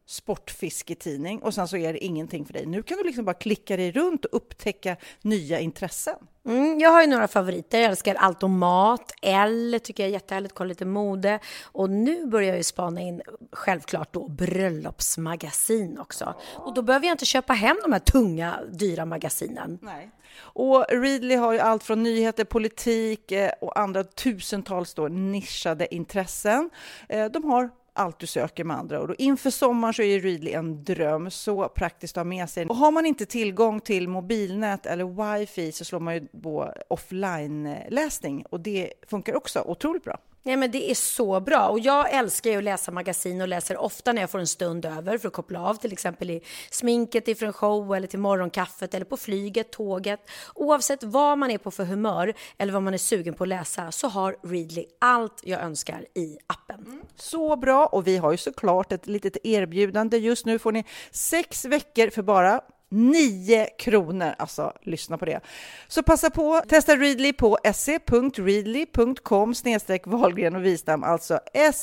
sportfisketidning och sen så är det ingenting för dig. Nu kan du liksom bara klicka dig runt och upptäcka nya intressen. Jag har ju några favoriter. Jag älskar allt om mat. Elle tycker jag är jättehärligt. Kolla lite mode. Och nu börjar jag ju spana in, självklart då, bröllopsmagasin också. Och då behöver jag inte köpa hem de här tunga, dyra magasinen. Nej. Och Readly har ju allt från nyheter, politik och andra tusentals då nischade intressen. De har allt du söker med andra. Och inför sommaren så är Readly en dröm, så praktiskt att ha med sig. Och har man inte tillgång till mobilnät eller wifi så slår man ju på offline-läsning. Och det funkar också otroligt bra. Nej, men det är så bra. Och jag älskar ju att läsa magasin och läser ofta när jag får en stund över för att koppla av. Till exempel i sminket ifrån show eller till morgonkaffet eller på flyget, tåget. Oavsett vad man är på för humör eller vad man är sugen på att läsa så har Readly allt jag önskar i appen. Så bra, och vi har ju såklart ett litet erbjudande. Just nu får ni 6 veckor för bara 9 kronor, alltså lyssna på det. Så passa på, testa Readly på se.readly.com/Wahlgren och Wistam, alltså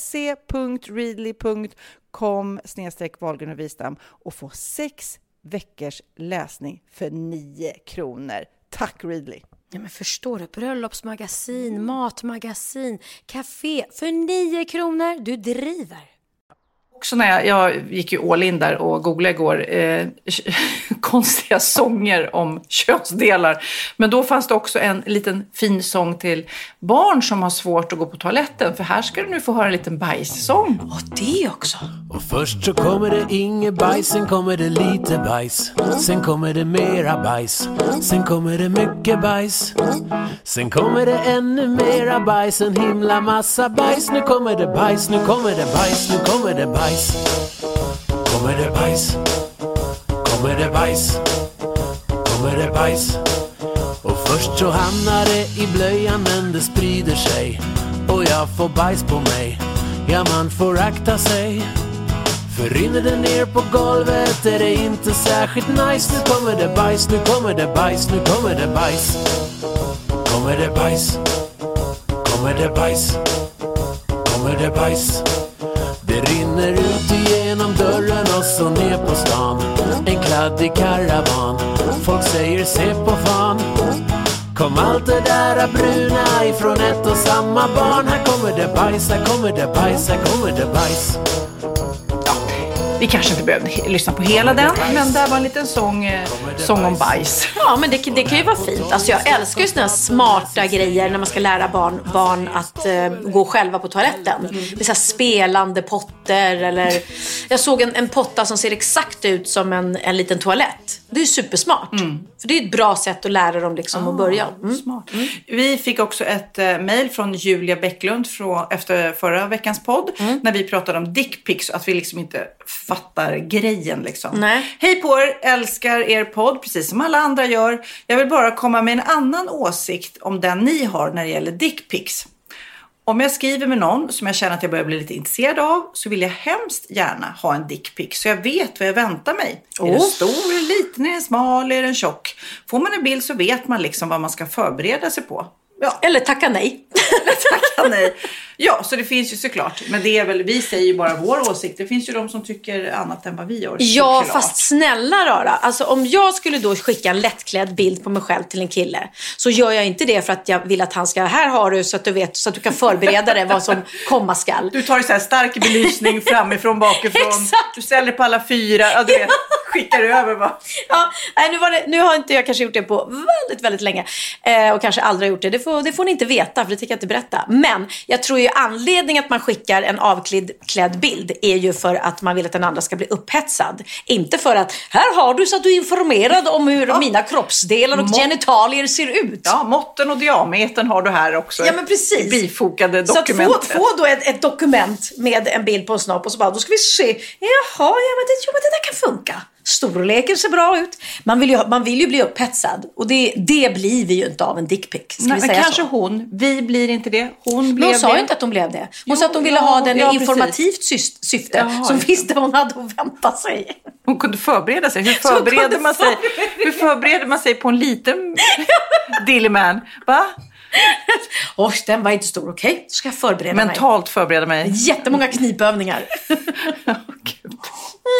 se.readly.com/Wahlgren och Wistam och få 6 veckors läsning för 9 kronor. Tack Readly! Ja, men förstår du? Bröllopsmagasin, matmagasin, café för 9 kronor. Du driver. Också när jag gick ju all in där och googlade igår konstiga sånger om könsdelar. Men då fanns det också en liten fin sång till barn som har svårt att gå på toaletten. För här ska du nu få höra en liten bajssång. Och det också. Och först så kommer det inget bajs, sen kommer det lite bajs. Sen kommer det mera bajs, sen kommer det mycket bajs. Sen kommer det ännu mera bajs, en himla massa bajs. Nu kommer det bajs, nu kommer det bajs, nu kommer det bajs. Kommer det bajs, kommer det bajs, kommer det bajs. Och först så hamnar det i blöjan men det sprider sig. Och jag får bajs på mig, ja man får akta sig. För rinner det ner på golvet är det inte särskilt nice. Nu kommer det bajs, nu kommer det bajs, nu kommer det bajs. Kommer det bajs, kommer det bajs, kommer det bajs. Det rinner ut igenom dörren och så ner på stan. En kladdig karavan, folk säger se på fan. Kom allt det där bruna ifrån ett och samma barn. Här kommer det bajs, här kommer det bajs, här kommer det bajs. Vi kanske inte behöver lyssna på hela den, men där var en liten sång om bajs. Ja, men det kan ju vara fint. Alltså jag älskar ju såna smarta grejer när man ska lära barn att gå själva på toaletten. Med så här spelande potter eller... Jag såg en potta som ser exakt ut som en liten toalett. Det är ju supersmart. För det är ett bra sätt att lära dem liksom att börja. Smart. Vi fick också ett mejl från Julia Bäcklund efter förra veckans podd. När vi pratade om dickpics, att vi liksom inte fattar grejen liksom. Nej. Hej på er, älskar er podd precis som alla andra gör. Jag vill bara komma med en annan åsikt om den ni har när det gäller dickpics. Om jag skriver med någon som jag känner att jag börjar bli lite intresserad av så vill jag hemskt gärna ha en dickpic så jag vet vad jag väntar mig. Är den stor, är den liten, är den smal, är den tjock? Får man en bild så vet man liksom vad man ska förbereda sig på. Ja. Eller tacka nej. Tacka nej. Ja, så det finns ju såklart. Men det är väl, vi säger ju bara vår åsikt. Det finns ju de som tycker annat än vad vi gör. Ja, såklart. fast snälla Rara. Alltså om jag skulle då skicka en lättklädd bild på mig själv till en kille, så gör jag inte det för att jag vill att han ska, här har du så att du vet, så att du kan förbereda dig vad som komma skall. Du tar ju så här stark belysning framifrån, bakifrån. Exakt. Du ställer på alla 4. Ja, du vet, skickar över va? Ja, nej, nu har inte jag kanske gjort det på väldigt, väldigt länge. Och kanske aldrig gjort det. Det får ni inte veta, för det tänker jag inte berätta. Men jag tror ju anledningen att man skickar en avklädd bild är ju för att man vill att den andra ska bli upphetsad. Inte för att, här har du så att du är informerad om hur mina kroppsdelar och genitalier ser ut. Ja, måtten och diametern har du här också. Ja, men precis. Bifogade dokumentet. Så att få då ett dokument med en bild på en snopp och så bara, då ska vi se. Jaha, men det där kan funka. Storleken ser bra ut. Man vill ju bli upphetsad. Och det blir vi ju inte av en dickpic. Nej, men kanske så? Vi blir inte det. Hon sa ju inte att hon blev det. Hon sa att hon ville ha den i informativt syfte. Som visste vad hon hade att vänta sig. Hon kunde förbereda sig. Hur förbereder man sig på en liten dillyman? Va? Den var inte stor, okej? Då ska jag förbereda mig. Mentalt förbereda mig. Jättemånga knipövningar.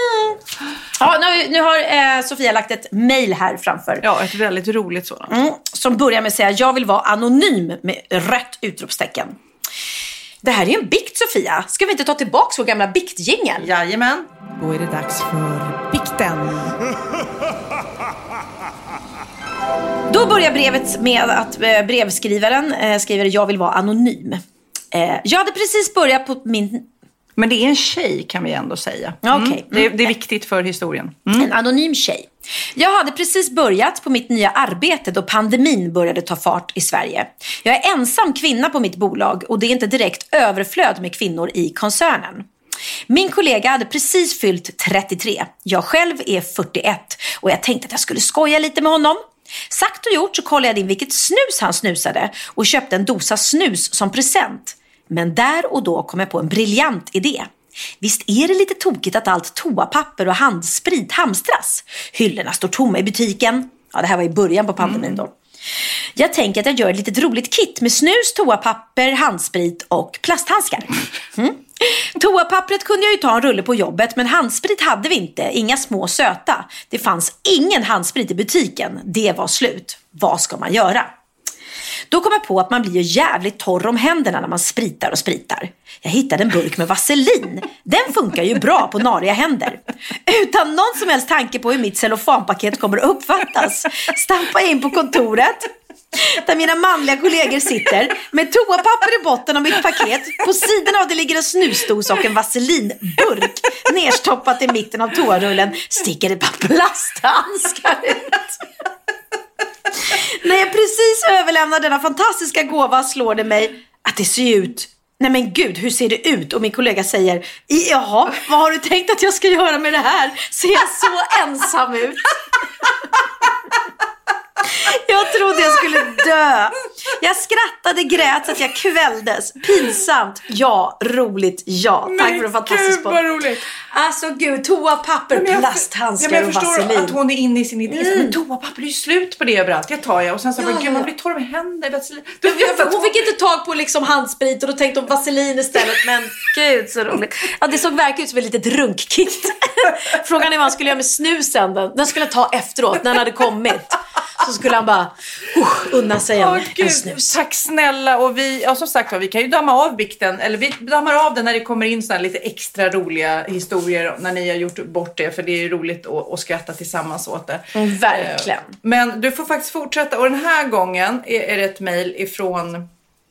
Ja, nu har Sofia lagt ett mejl här framför. Ja, ett väldigt roligt sådant. som börjar med att säga jag vill vara anonym med rött utropstecken. Det här är ju en bikt, Sofia. Ska vi inte ta tillbaka vår gamla biktjingel? Jajamän. Då är det dags för bikten. Då börjar brevet med att brevskrivaren skriver jag vill vara anonym. Jag hade precis börjat på min... Men det är en tjej kan vi ändå säga. Okay. Det är viktigt för historien. En anonym tjej. Jag hade precis börjat på mitt nya arbete då pandemin började ta fart i Sverige. Jag är ensam kvinna på mitt bolag och det är inte direkt överflöd med kvinnor i koncernen. Min kollega hade precis fyllt 33. Jag själv är 41 och jag tänkte att jag skulle skoja lite med honom. Sagt och gjort så kollade jag in vilket snus han snusade och köpte en dosa snus som present. Men där och då kom jag på en briljant idé. Visst är det lite tokigt att allt toapapper och handsprit hamstras? Hyllorna står tomma i butiken. Ja, det här var i början på pandemin då. Jag tänker att jag gör ett litet roligt kit med snus, toapapper, handsprit och plasthandskar. Toapappret kunde jag ju ta en rulle på jobbet, men handsprit hade vi inte. Inga små söta. Det fanns ingen handsprit i butiken. Det var slut. Vad ska man göra? Då kom jag på att man blir ju jävligt torr om händerna när man spritar och spritar. Jag hittade en burk med vaselin. Den funkar ju bra på nariga händer. Utan någon som helst tanke på hur mitt cellofanpaket kommer att uppfattas stampar jag in på kontoret där mina manliga kollegor sitter med toapapper i botten av mitt paket. På sidan av det ligger en snusdos och en vaselinburk nerstoppat i mitten av toarullen. Sticker ett par plasthandskar ut. När jag precis överlämnar denna fantastiska gåva slår det mig att det ser ut. Nej men gud, hur ser det ut? Och min kollega säger, jaha, vad har du tänkt att jag ska göra med det här? Ser jag så ensam ut? Jag trodde jag skulle dö. Jag skrattade, grät så att jag kvälldes. Pinsamt, ja. Roligt, ja. Tack för en fantastisk podd. Gud, vad roligt. Alltså gud, toapapper, plasthandskar och vaselin. Jag förstår att hon är inne i sin idé. Men toapapper är ju slut på det överallt. Jag tar och sen så bara, gud man blir torr med händer. Hon fick inte tag på liksom handsprit och då tänkte hon vaselin istället. Men gud så roligt. Ja, det såg verkligen ut som ett litet runkkit. Frågan är vad han skulle göra med snusen. Den skulle ta efteråt när den hade kommit. Så skulle han bara unna sig en snus. Tack snälla. Och vi, som sagt, vi kan ju damma av bikten. Eller vi dammar av den när det kommer in såna lite extra roliga historier. När ni har gjort bort det. För det är ju roligt att skratta tillsammans åt det. Verkligen. Men du får faktiskt fortsätta. Och den här gången är det ett mejl ifrån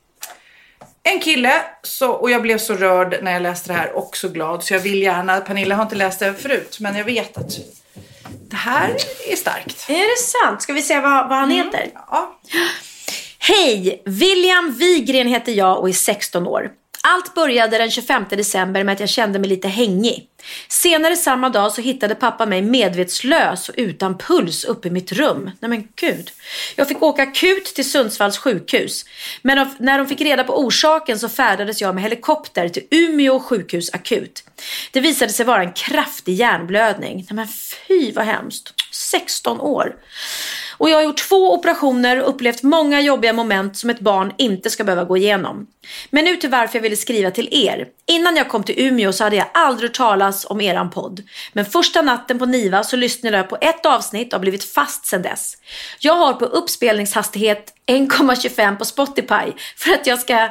en kille. Och jag blev så rörd när jag läste det här. Och så glad. Så jag vill gärna. Pernilla har inte läst det förut. Men jag vet att det här är starkt. Är det sant? Ska vi se vad han heter? Ja. Hej, William Wigren heter jag och är 16 år. Allt började den 25 december med att jag kände mig lite hängig. Senare samma dag så hittade pappa mig medvetslös och utan puls uppe i mitt rum. Nej men gud. Jag fick åka akut till Sundsvalls sjukhus. Men när de fick reda på orsaken så färdades jag med helikopter till Umeå sjukhus akut. Det visade sig vara en kraftig hjärnblödning. Nej men fy vad hemskt. 16 år. Och jag har gjort 2 operationer och upplevt många jobbiga moment som ett barn inte ska behöva gå igenom. Men nu till varför jag ville skriva till er. Innan jag kom till Umeå så hade jag aldrig hört talas om eran podd. Men första natten på Niva så lyssnade jag på ett avsnitt och har blivit fast sedan dess. Jag har på uppspelningshastighet 1,25 på Spotify för att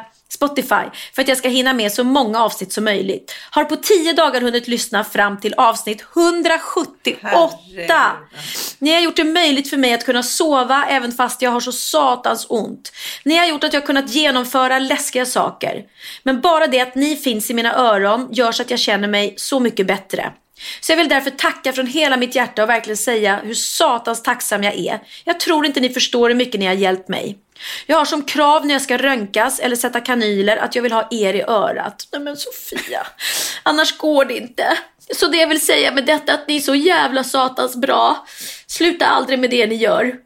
jag ska hinna med så många avsnitt som möjligt. Har på 10 dagar hunnit lyssna fram till avsnitt 178. Herre. Ni har gjort det möjligt för mig att kunna sova även fast jag har så satans ont. Ni har gjort att jag har kunnat genomföra läskiga saker. Men bara det att ni finns i mina öron gör så att jag känner mig så mycket bättre. Så jag vill därför tacka från hela mitt hjärta och verkligen säga hur satans tacksam jag är. Jag tror inte ni förstår hur mycket ni har hjälpt mig. Jag har som krav när jag ska röntgas eller sätta kanyler att jag vill ha er i örat. Nej men Sofia, annars går det inte. Så det jag vill säga med detta att ni är så jävla satans bra. Sluta aldrig med det ni gör.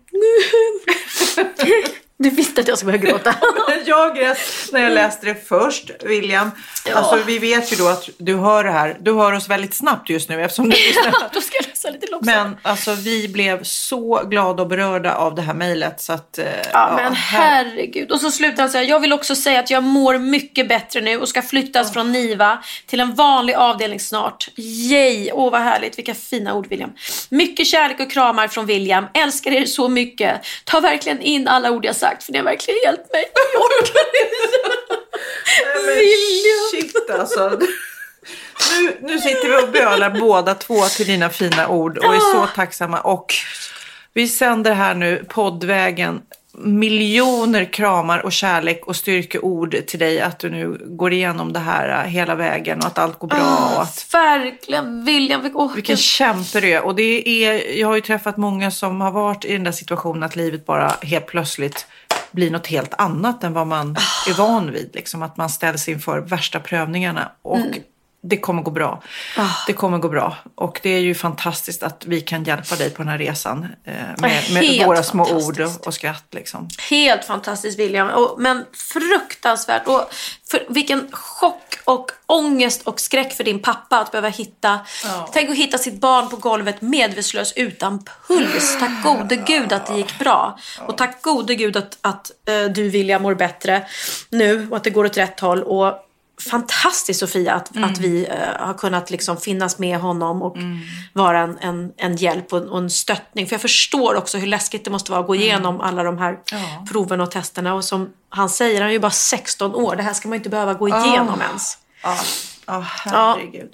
Du visste att jag skulle börja gråta. Jag grät när jag läste det först, William. Ja. Alltså vi vet ju då att du hör det här. Du hör oss väldigt snabbt just nu eftersom du då ska jag läsa lite också. Men alltså vi blev så glada och berörda av det här mejlet så att... men herregud. Och så slutar han säga, jag vill också säga att jag mår mycket bättre nu och ska flyttas från Niva till en vanlig avdelning snart. Yay! Åh, vad härligt. Vilka fina ord, William. Mycket kärlek och kramar från William. Älskar er så mycket. Ta verkligen in alla ord jag sagt, för ni har verkligen hjälpt mig. Jag orkar inte. William. Shit alltså. Nu sitter vi och bölar båda två till dina fina ord och är så tacksamma. Och vi sänder här nu poddvägen miljoner kramar och kärlek och styrkeord till dig, att du nu går igenom det här hela vägen och att allt går bra. Och att... Verkligen, William. Vilken kämpe du är. Och jag har ju träffat många som har varit i den där situationen att livet bara helt plötsligt blir något helt annat än vad man är van vid. Liksom, att man ställs inför värsta prövningarna. Och det kommer gå bra. Det kommer gå bra. Och det är ju fantastiskt att vi kan hjälpa dig på den här resan. Med våra små ord och skratt. Liksom. Helt fantastiskt, William. Men fruktansvärt. Och vilken chock och ångest och skräck för din pappa att behöva hitta... Tänk att hitta sitt barn på golvet medvetslös utan puls. Tack gode Gud att det gick bra. Och tack gode Gud att du, William, mår bättre nu. Och att det går åt rätt håll. Och fantastiskt, Sofia, att vi har kunnat liksom finnas med honom och vara en hjälp och en stöttning. För jag förstår också hur läskigt det måste vara att gå igenom alla de här proven och testerna. Och som han säger, han är ju bara 16 år. Det här ska man inte behöva gå igenom ens. Herregud.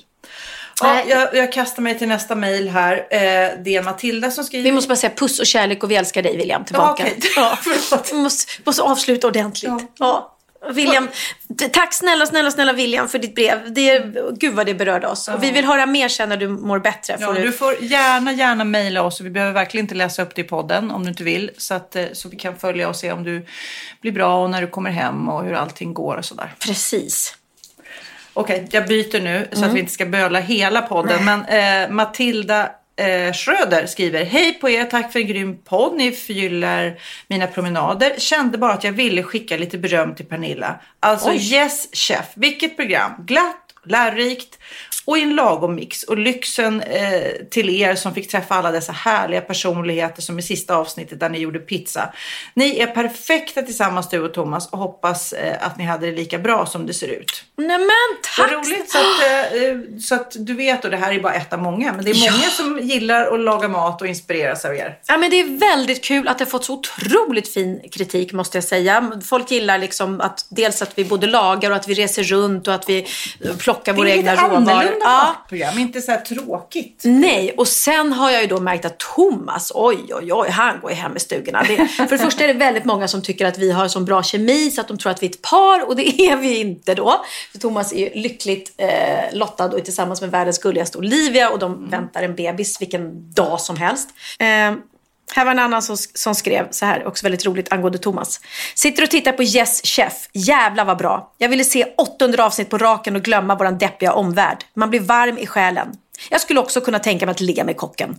Jag kastar mig till nästa mejl här. Det är Matilda som skriver. Vi måste bara säga puss och kärlek och vi älskar dig, William, tillbaka. Vi måste avsluta ordentligt. William, tack snälla William för ditt brev. Gud vad det berörde oss. Och vi vill höra mer sen när du mår bättre. Du får gärna mejla oss. Vi behöver verkligen inte läsa upp det i podden om du inte vill. Så vi kan följa och se om du blir bra och när du kommer hem och hur allting går och sådär. Precis. Okej, jag byter nu så att vi inte ska böla hela podden. Men Matilda Schröder skriver: hej på er, tack för en grym podd. Ni förgyller mina promenader. Kände bara att jag ville skicka lite beröm till Pernilla. Alltså Yes Chef, vilket program. Glatt, lärorikt och i en lagom mix. Och lyxen till er som fick träffa alla dessa härliga personligheter som i sista avsnittet där ni gjorde pizza. Ni är perfekta tillsammans, du och Thomas, och hoppas att ni hade det lika bra som det ser ut. Nej men tack! Det är roligt så att du vet, och det här är bara ett av många, men det är många som gillar att laga mat och inspireras av er. Ja, men det är väldigt kul att det har fått så otroligt fin kritik, måste jag säga. Folk gillar liksom att dels att vi både lagar och att vi reser runt och att vi plockar våra egna råvaror. Program, inte så här tråkigt. Nej, och sen har jag ju då märkt att Thomas, oj, han går ju hem i stugorna. För det första är det väldigt många som tycker att vi har så bra kemi så att de tror att vi är ett par, och det är vi inte då. För Thomas är ju lyckligt lottad och är tillsammans med världens gulligaste Olivia, och de väntar en bebis vilken dag som helst. Här var en annan som skrev så här, också väldigt roligt angående Thomas. Sitter och tittar på Yes Chef. Jävla vad bra. Jag ville se 800 avsnitt på raken och glömma våran deppiga omvärld. Man blir varm i själen. Jag skulle också kunna tänka mig att ligga med kocken.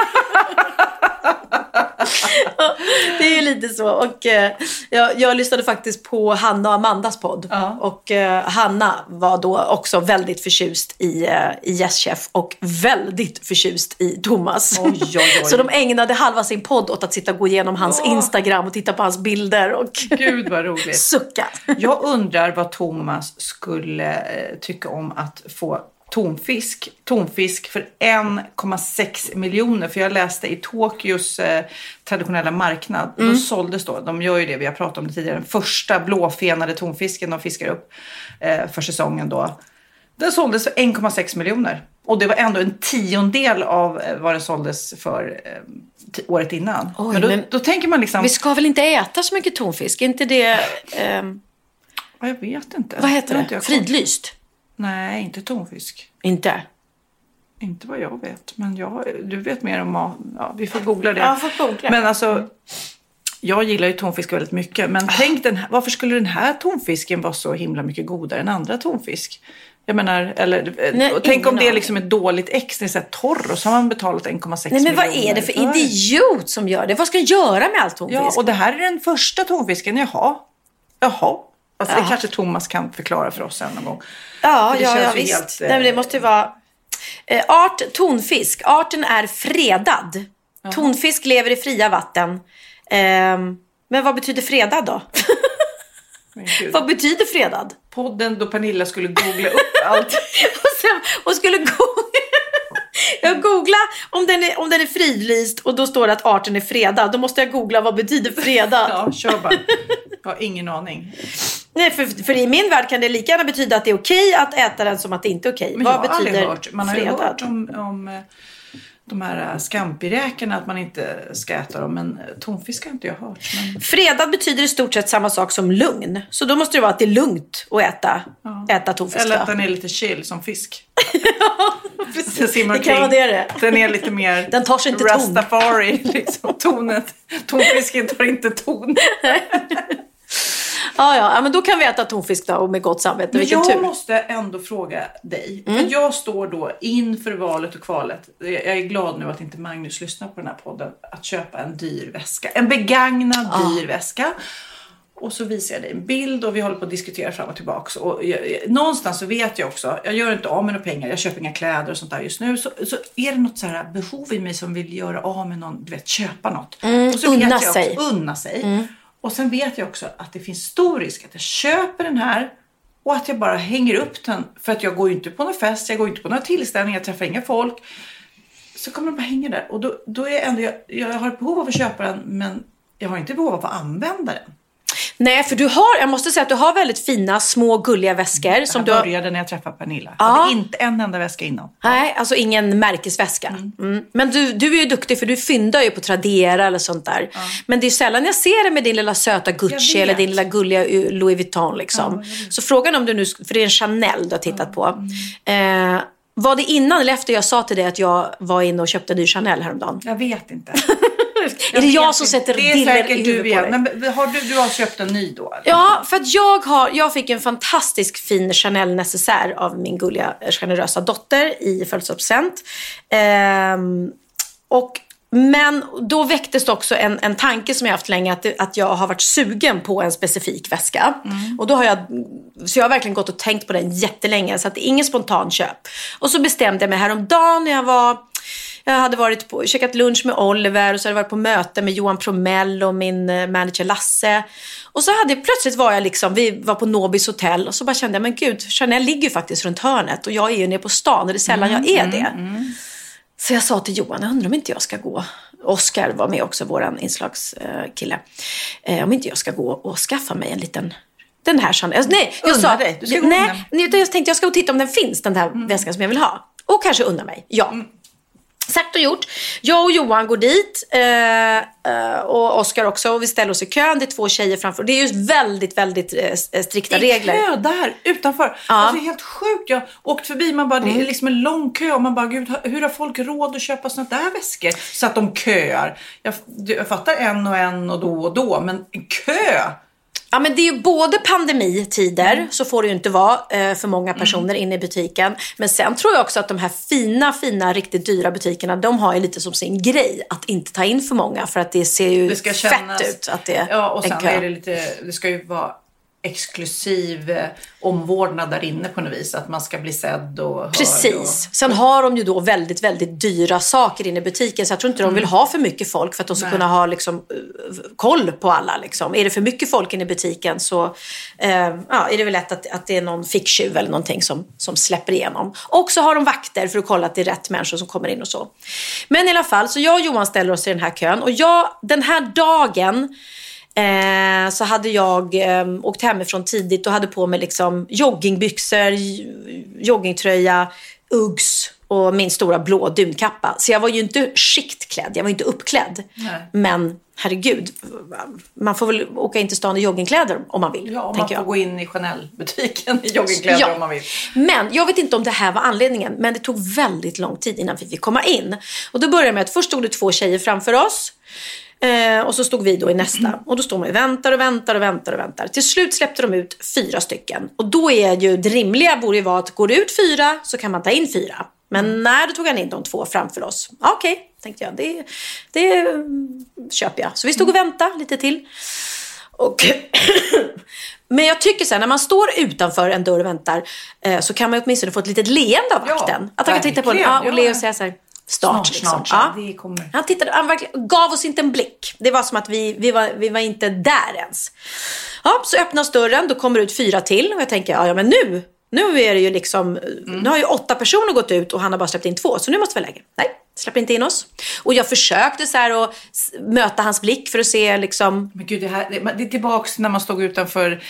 Det är ju lite så. Och jag lyssnade faktiskt på Hanna och Amandas podd. Och Hanna var då också väldigt förtjust i Yes Chef och väldigt förtjust i Thomas. Oj. Så de ägnade halva sin podd åt att sitta och gå igenom hans Instagram och titta på hans bilder. Och Gud vad roligt. Sucka. Jag undrar vad Thomas skulle tycka om att få tonfisk för 1,6 miljoner. För jag läste i Tokyos traditionella marknad. Då såldes då, de gör ju det, vi har pratat om det tidigare, den första blåfenade tonfisken de fiskar upp för säsongen då. Den såldes för 1,6 miljoner. Och det var ändå en 10% av vad den såldes för året innan. Oj, men då tänker man liksom... Vi ska väl inte äta så mycket tonfisk? Är inte det... Jag vet inte. Vad heter det? Fridlyst? Nej, inte tonfisk. Inte vad jag vet. Men du vet mer om... Ja, vi får googla det. Ja, får googla. Men alltså... Jag gillar ju tonfisk väldigt mycket. Men tänk varför skulle den här tonfisken vara så himla mycket godare än andra tonfisk? Jag menar, tänk om det är liksom ett dåligt ex, det är så här torr, och så har man betalat 1,6 miljoner. Nej, men vad är det för idiot som gör det? Vad ska jag göra med all tonfisk? Ja, och det här är den första tonfisken. Jaha. Alltså det kanske Thomas kan förklara för oss en gång. Ja, visst. Nej, men det måste ju vara... Art tonfisk. Arten är fredad. Tonfisk lever i fria vatten. Men vad betyder fredad då? Vad betyder fredad? Podden då Pernilla skulle googla upp allt. och skulle jag googla om den är fridlyst och då står det att arten är fredad. Då måste jag googla vad betyder fredad. Ja, kör bara. Jag har ingen aning. Nej, för i min värld kan det lika gärna betyda att det är okej att äta den som att det inte är okej. Men vad jag har betyder aldrig hört. Man har ju fredad? hört om de här scampiräkorna att man inte ska äta dem. Men tonfisk har inte jag hört. Men... Fredad betyder i stort sett samma sak som lugn. Så då måste det vara att det är lugnt att äta tonfisk. Eller att den är lite chill som fisk. Ja, precis. Det kan vara det. Den är lite mer den tar sig inte Rastafari. Liksom, tonet. Tonfisken tar inte ton. Ja, men då kan vi äta tonfisk då, och med gott samvete. Men vilken jag tur. måste ändå fråga dig. För jag står då inför valet och kvalet. Jag är glad nu att inte Magnus lyssnar på den här podden. Att köpa en dyr väska. En begagnad dyr väska. Och så visar jag dig en bild och vi håller på att diskutera fram och tillbaka. Och någonstans så vet jag också. Jag gör inte av med några pengar. Jag köper inga kläder och sånt där just nu. Så är det något så här behov i mig som vill göra av med någon. Du vet, köpa något. Och så unna sig. Och sen vet jag också att det finns stor risk att jag köper den här och att jag bara hänger upp den. För att jag går ju inte på någon fest, jag går inte på några tillställningar, jag träffar inga folk. Så kommer den bara hänga där. Och då är ändå, jag har ett behov av att köpa den, men jag har inte behov av att använda den. Nej, för jag måste säga att du har väldigt fina, små, gulliga väskor. Som jag började när jag träffade Pernilla. Jag hade inte en enda väska innan. Nej, alltså ingen märkesväska. Men du är ju duktig för du fyndar ju på Tradera eller sånt där. Men det är sällan jag ser det med din lilla söta Gucci eller din lilla gulliga Louis Vuitton liksom. Så frågan om du nu, för det är en Chanel du har tittat på. Var det innan eller efter jag sa till dig att jag var inne och köpte en ny Chanel häromdagen? Jag vet inte. Är det jag som sätter diller i huvudet på dig? Men du har köpt en ny då? Eller? Ja, för att jag fick en fantastisk fin Chanel necessär av min gulliga generösa dotter i födelsedagspresent. Men då väcktes det också en tanke som jag haft länge att jag har varit sugen på en specifik väska. Och då har jag har verkligen gått och tänkt på den jättelänge så att det är ingen spontan köp. Och så bestämde jag mig häromdagen när jag hade käkat lunch med Oliver och så hade jag varit på möte med Johan Promell och min manager Lasse. Och så vi var på Nobis hotell och så bara kände jag, men gud, Chanel ligger ju faktiskt runt hörnet och jag är ju nere på stan och det är sällan jag är det. Så jag sa till Johan, jag undrar om inte jag ska gå. Oskar var med också, våran inslagskille. Om inte jag ska gå och skaffa mig en liten... Den här Chanel. Nej, jag tänkte jag ska gå och titta om den finns, den här väskan som jag vill ha. Och kanske unna mig, Sagt och gjort. Jag och Johan går dit och Oskar också och vi ställer oss i kön. Det är 2 tjejer framför. Det är ju väldigt, väldigt strikta regler. Det är kö där utanför. Alltså det är helt sjukt. Jag åkt förbi, man bara, det är liksom en lång kö och man bara, gud, hur har folk råd att köpa såna där väskor så att de köar? Jag fattar en och då, men en kö... Ja, men det är ju både pandemitider, så får det ju inte vara för många personer inne i butiken. Men sen tror jag också att de här fina, riktigt dyra butikerna, de har ju lite som sin grej att inte ta in för många. För att det ser ju fett ut att det är och sen är det ska ju vara exklusiv omvårdnad där inne på något vis. Att man ska bli sedd och precis. Sen har de ju då väldigt, väldigt dyra saker inne i butiken. Så jag tror inte de vill ha för mycket folk för att de ska kunna ha liksom, koll på alla. Liksom. Är det för mycket folk inne i butiken så är det väl lätt att det är någon ficktjuv eller någonting som släpper igenom. Och så har de vakter för att kolla att det är rätt människor som kommer in och så. Men i alla fall, så jag och Johan ställer oss i den här kön. Och den här dagen... så hade jag åkt hemifrån tidigt och hade på mig liksom joggingbyxor, joggingtröja, Uggs och min stora blå dunkappa. Så jag var ju inte skiktklädd, jag var inte uppklädd. Nej. Men herregud, man får väl åka in till stan i joggingkläder om man vill. Ja, man får gå in i Chanel-butiken i joggingkläder om man vill. Men jag vet inte om det här var anledningen, men det tog väldigt lång tid innan vi fick komma in. Och då började med att först stod det 2 tjejer framför oss. Och så stod vi då i nästa. Och då står man och väntar. Till slut släppte de ut 4 stycken. Och då är ju det rimliga borde ju vara att går det ut 4 så kan man ta in 4. Men när då tog han in de 2 framför oss. Okej, tänkte jag. Det köper jag. Så vi stod och väntade lite till. Och men jag tycker så här, när man står utanför en dörr och väntar så kan man åtminstone få ett litet leende av vakten. Att han kan titta på den och le och säga så här, snart. Ja. Det kommer. Han verkligen gav oss inte en blick. Det var som att vi var inte där ens. Ja, så öppnas dörren, då kommer ut 4 till. Och jag tänker, ja men nu är det ju liksom, nu har ju 8 personer gått ut och han har bara släppt in 2. Så nu måste vi lägga. Nej, släpper inte in oss. Och jag försökte så här att möta hans blick för att se liksom. Men gud, det är tillbaks när man stod utanför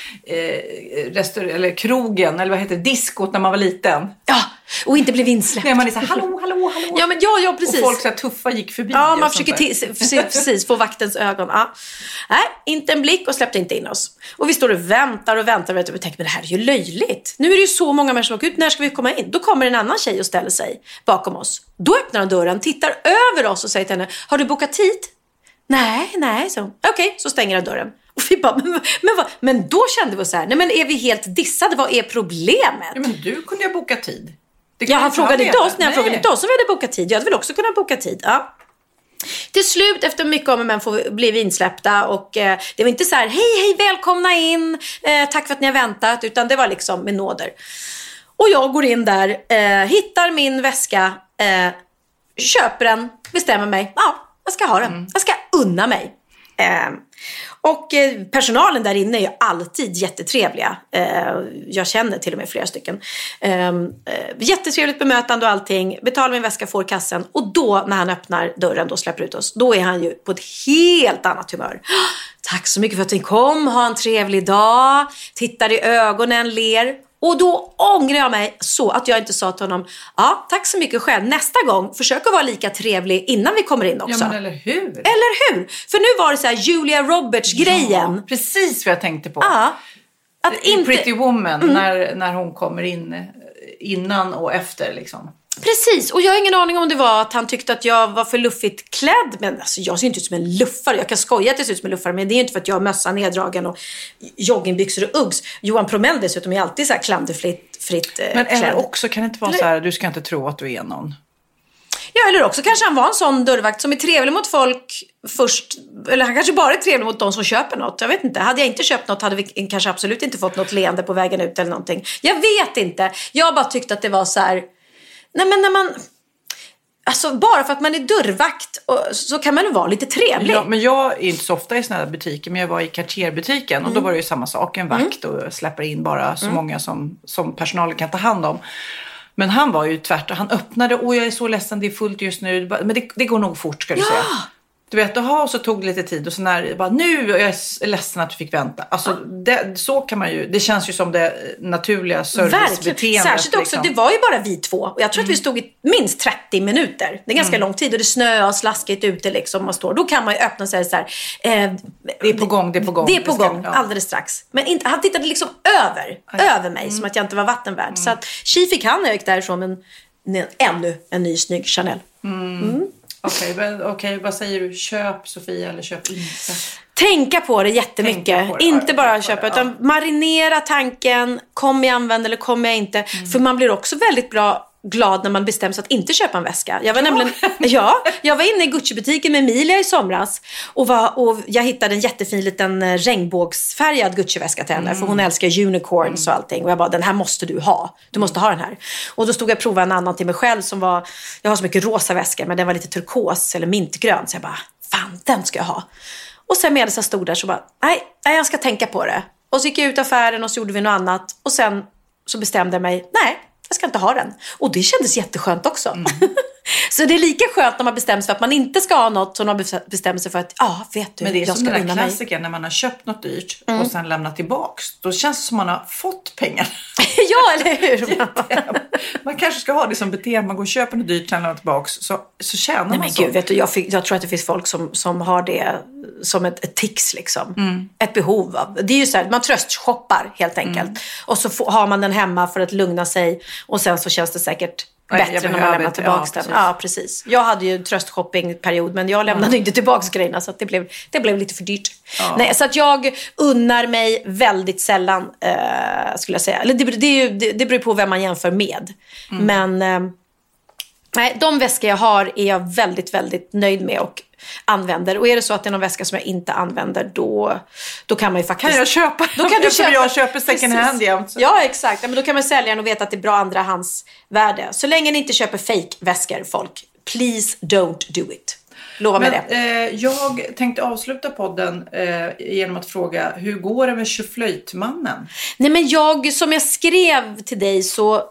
eller krogen, eller vad heter det, diskot när man var liten. Ja, och inte blev insläppt. Nej, man är så här, hallå. Ja, men ja, precis. Och folk så här tuffa gick förbi. Ja, man försöker precis få vaktens ögon. Ja. Nej, inte en blick och släppte inte in oss. Och vi står och väntar och tänker, men det här är ju löjligt. Nu är det ju så många människor som åker ut. När ska vi komma in? Då kommer en annan tjej och ställer sig bakom oss. Då öppnar han dörren, tittar över oss och säger till henne, har du bokat tid? Nej, så. Okej, så stänger han dörren. Och vi bara, men då kände vi så här, nej men är vi helt dissade? Vad är problemet? Ja, men du kunde ju boka tid. Ja, han frågade inte oss, när han frågade inte oss om vi hade bokat tid. Jag hade väl också kunnat boka tid, ja. Till slut, efter mycket om och men, blev vi insläppta. Och det var inte så här, hej, välkomna in. Tack för att ni har väntat. Utan det var liksom med nåder. Och jag går in där, hittar min väska, köper den, bestämmer mig. Ja, jag ska ha den. Jag ska unna mig. Och personalen där inne är ju alltid jättetrevliga. Jag känner till och med flera stycken. Jättetrevligt bemötande och allting. Betalar min väska, får kassen. Och då när han öppnar dörren, då släpper ut oss. Då är han ju på ett helt annat humör. Tack så mycket för att ni kom. Ha en trevlig dag. Tittar i ögonen, ler. Och då ångrar jag mig så att jag inte sa till honom, ja, tack så mycket själv. Nästa gång, försök att vara lika trevlig innan vi kommer in också. Ja, men eller hur? Eller hur? För nu var det så här Julia Roberts-grejen. Ja, precis vad jag tänkte på. Ja. Att inte... Pretty Woman, när hon kommer in innan och efter liksom. Precis, och jag har ingen aning om det var att han tyckte att jag var för luffigt klädd. Men alltså, jag ser inte ut som en luffare. Jag kan skoja att jag ser ut som en luffare, men det är inte för att jag har mössan neddragen och joggingbyxor och Uggs. Johan Promell dessutom är alltid så här klanderfritt men klädd. Eller också kan det inte vara så här, du ska inte tro att du är någon. Ja, eller också kanske han var en sån dörrvakt som är trevlig mot folk först. Eller han kanske bara är trevlig mot de som köper något. Jag vet inte. Hade jag inte köpt något hade vi kanske absolut inte fått något leende på vägen ut eller någonting. Jag vet inte. Jag bara tyckte att det var så här... Nej, men när man... Alltså bara för att man är dörrvakt så kan man ju vara lite trevlig. Ja, men jag är inte så ofta i såna här butiker. Men jag var i Cartier-butiken och då var det ju samma sak. En vakt och släpper in bara så många som personalen kan ta hand om. Men han var ju tvärtom. Han öppnade, jag är så ledsen, det är fullt just nu. Men det går nog fort, ska du säga. Du vet, och så tog det lite tid. Och så när bara, nu är jag ledsen att du fick vänta. Alltså, så kan man ju... Det känns ju som det naturliga servicebeteendet. Särskilt också, liksom. Det var ju bara vi 2. Och jag tror att vi stod i minst 30 minuter. Det är ganska lång tid. Och det snöar och slaskigt ute liksom. Och står. Då kan man ju öppna och säga så här... det är på gång. Det är på gång, alldeles strax. Men han tittade liksom över mig. Som att jag inte var vattenvärd. Så att fick han när jag gick därifrån med ännu en ny snygg Chanel. Okej, vad säger du? Köp, Sofia, eller köp inte? Tänka på det jättemycket. Inte bara köpa, utan marinera tanken. Kommer jag använda eller kommer jag inte? För man blir också väldigt glad när man bestämmer sig att inte köpa en väska. Jag var nämligen, jag var inne i Gucci-butiken med Emilia i somras och jag hittade en jättefin liten regnbågsfärgad Gucci-väska till henne, för hon älskar unicorns och allting, och jag bara, den här måste du ha. Du måste ha den här. Och då stod jag och provade en annan till mig själv som var, jag har så mycket rosa väskor, men den var lite turkos eller mintgrön, så jag bara, fan, den ska jag ha. Och sen medan jag stod där så bara, nej, jag ska tänka på det. Och så gick jag ut affären och så gjorde vi något annat, och sen så bestämde jag mig, nej, jag ska inte ha den. Och det kändes jätteskönt också. Så det är lika skönt när man bestämmer sig för att man inte ska ha något, som man bestämmer sig för att, vet du, men det är jag som ska den där unna klassiken när man har köpt något dyrt och sen lämnat tillbaks. Då känns det som man har fått pengar. Ja, eller hur? Man kanske ska ha det som beteende. Man går och köper något dyrt och lämnar tillbaks. Så tjänar man men så. Gud, vet du, jag tror att det finns folk som har det som ett tics liksom. Ett behov av. Det är ju så här, man tröstshoppar helt enkelt. Och så har man den hemma för att lugna sig. Och sen så känns det säkert bättre när man lämnar tillbaka den. Ja, precis. Jag hade ju en tröstshoppingperiod, men jag lämnade inte tillbaka grejerna, så att det blev lite för dyrt. Nej, så att jag unnar mig väldigt sällan, skulle jag säga. Eller det beror på vem man jämför med. Men Nej, de väskor jag har är jag väldigt, väldigt nöjd med och använder. Och är det så att det är någon väska som jag inte använder, då kan man ju faktiskt... Kan jag köpa? Då kan du köpa. Jag köper second hand jämt. Ja, exakt. Men då kan man sälja den och veta att det är bra andrahandsvärde. Så länge ni inte köper fake-väskor, folk. Please don't do it. Lova mig det. Jag tänkte avsluta podden genom att fråga, hur går det med tjoflöjtmannen? Nej, men som jag skrev till dig så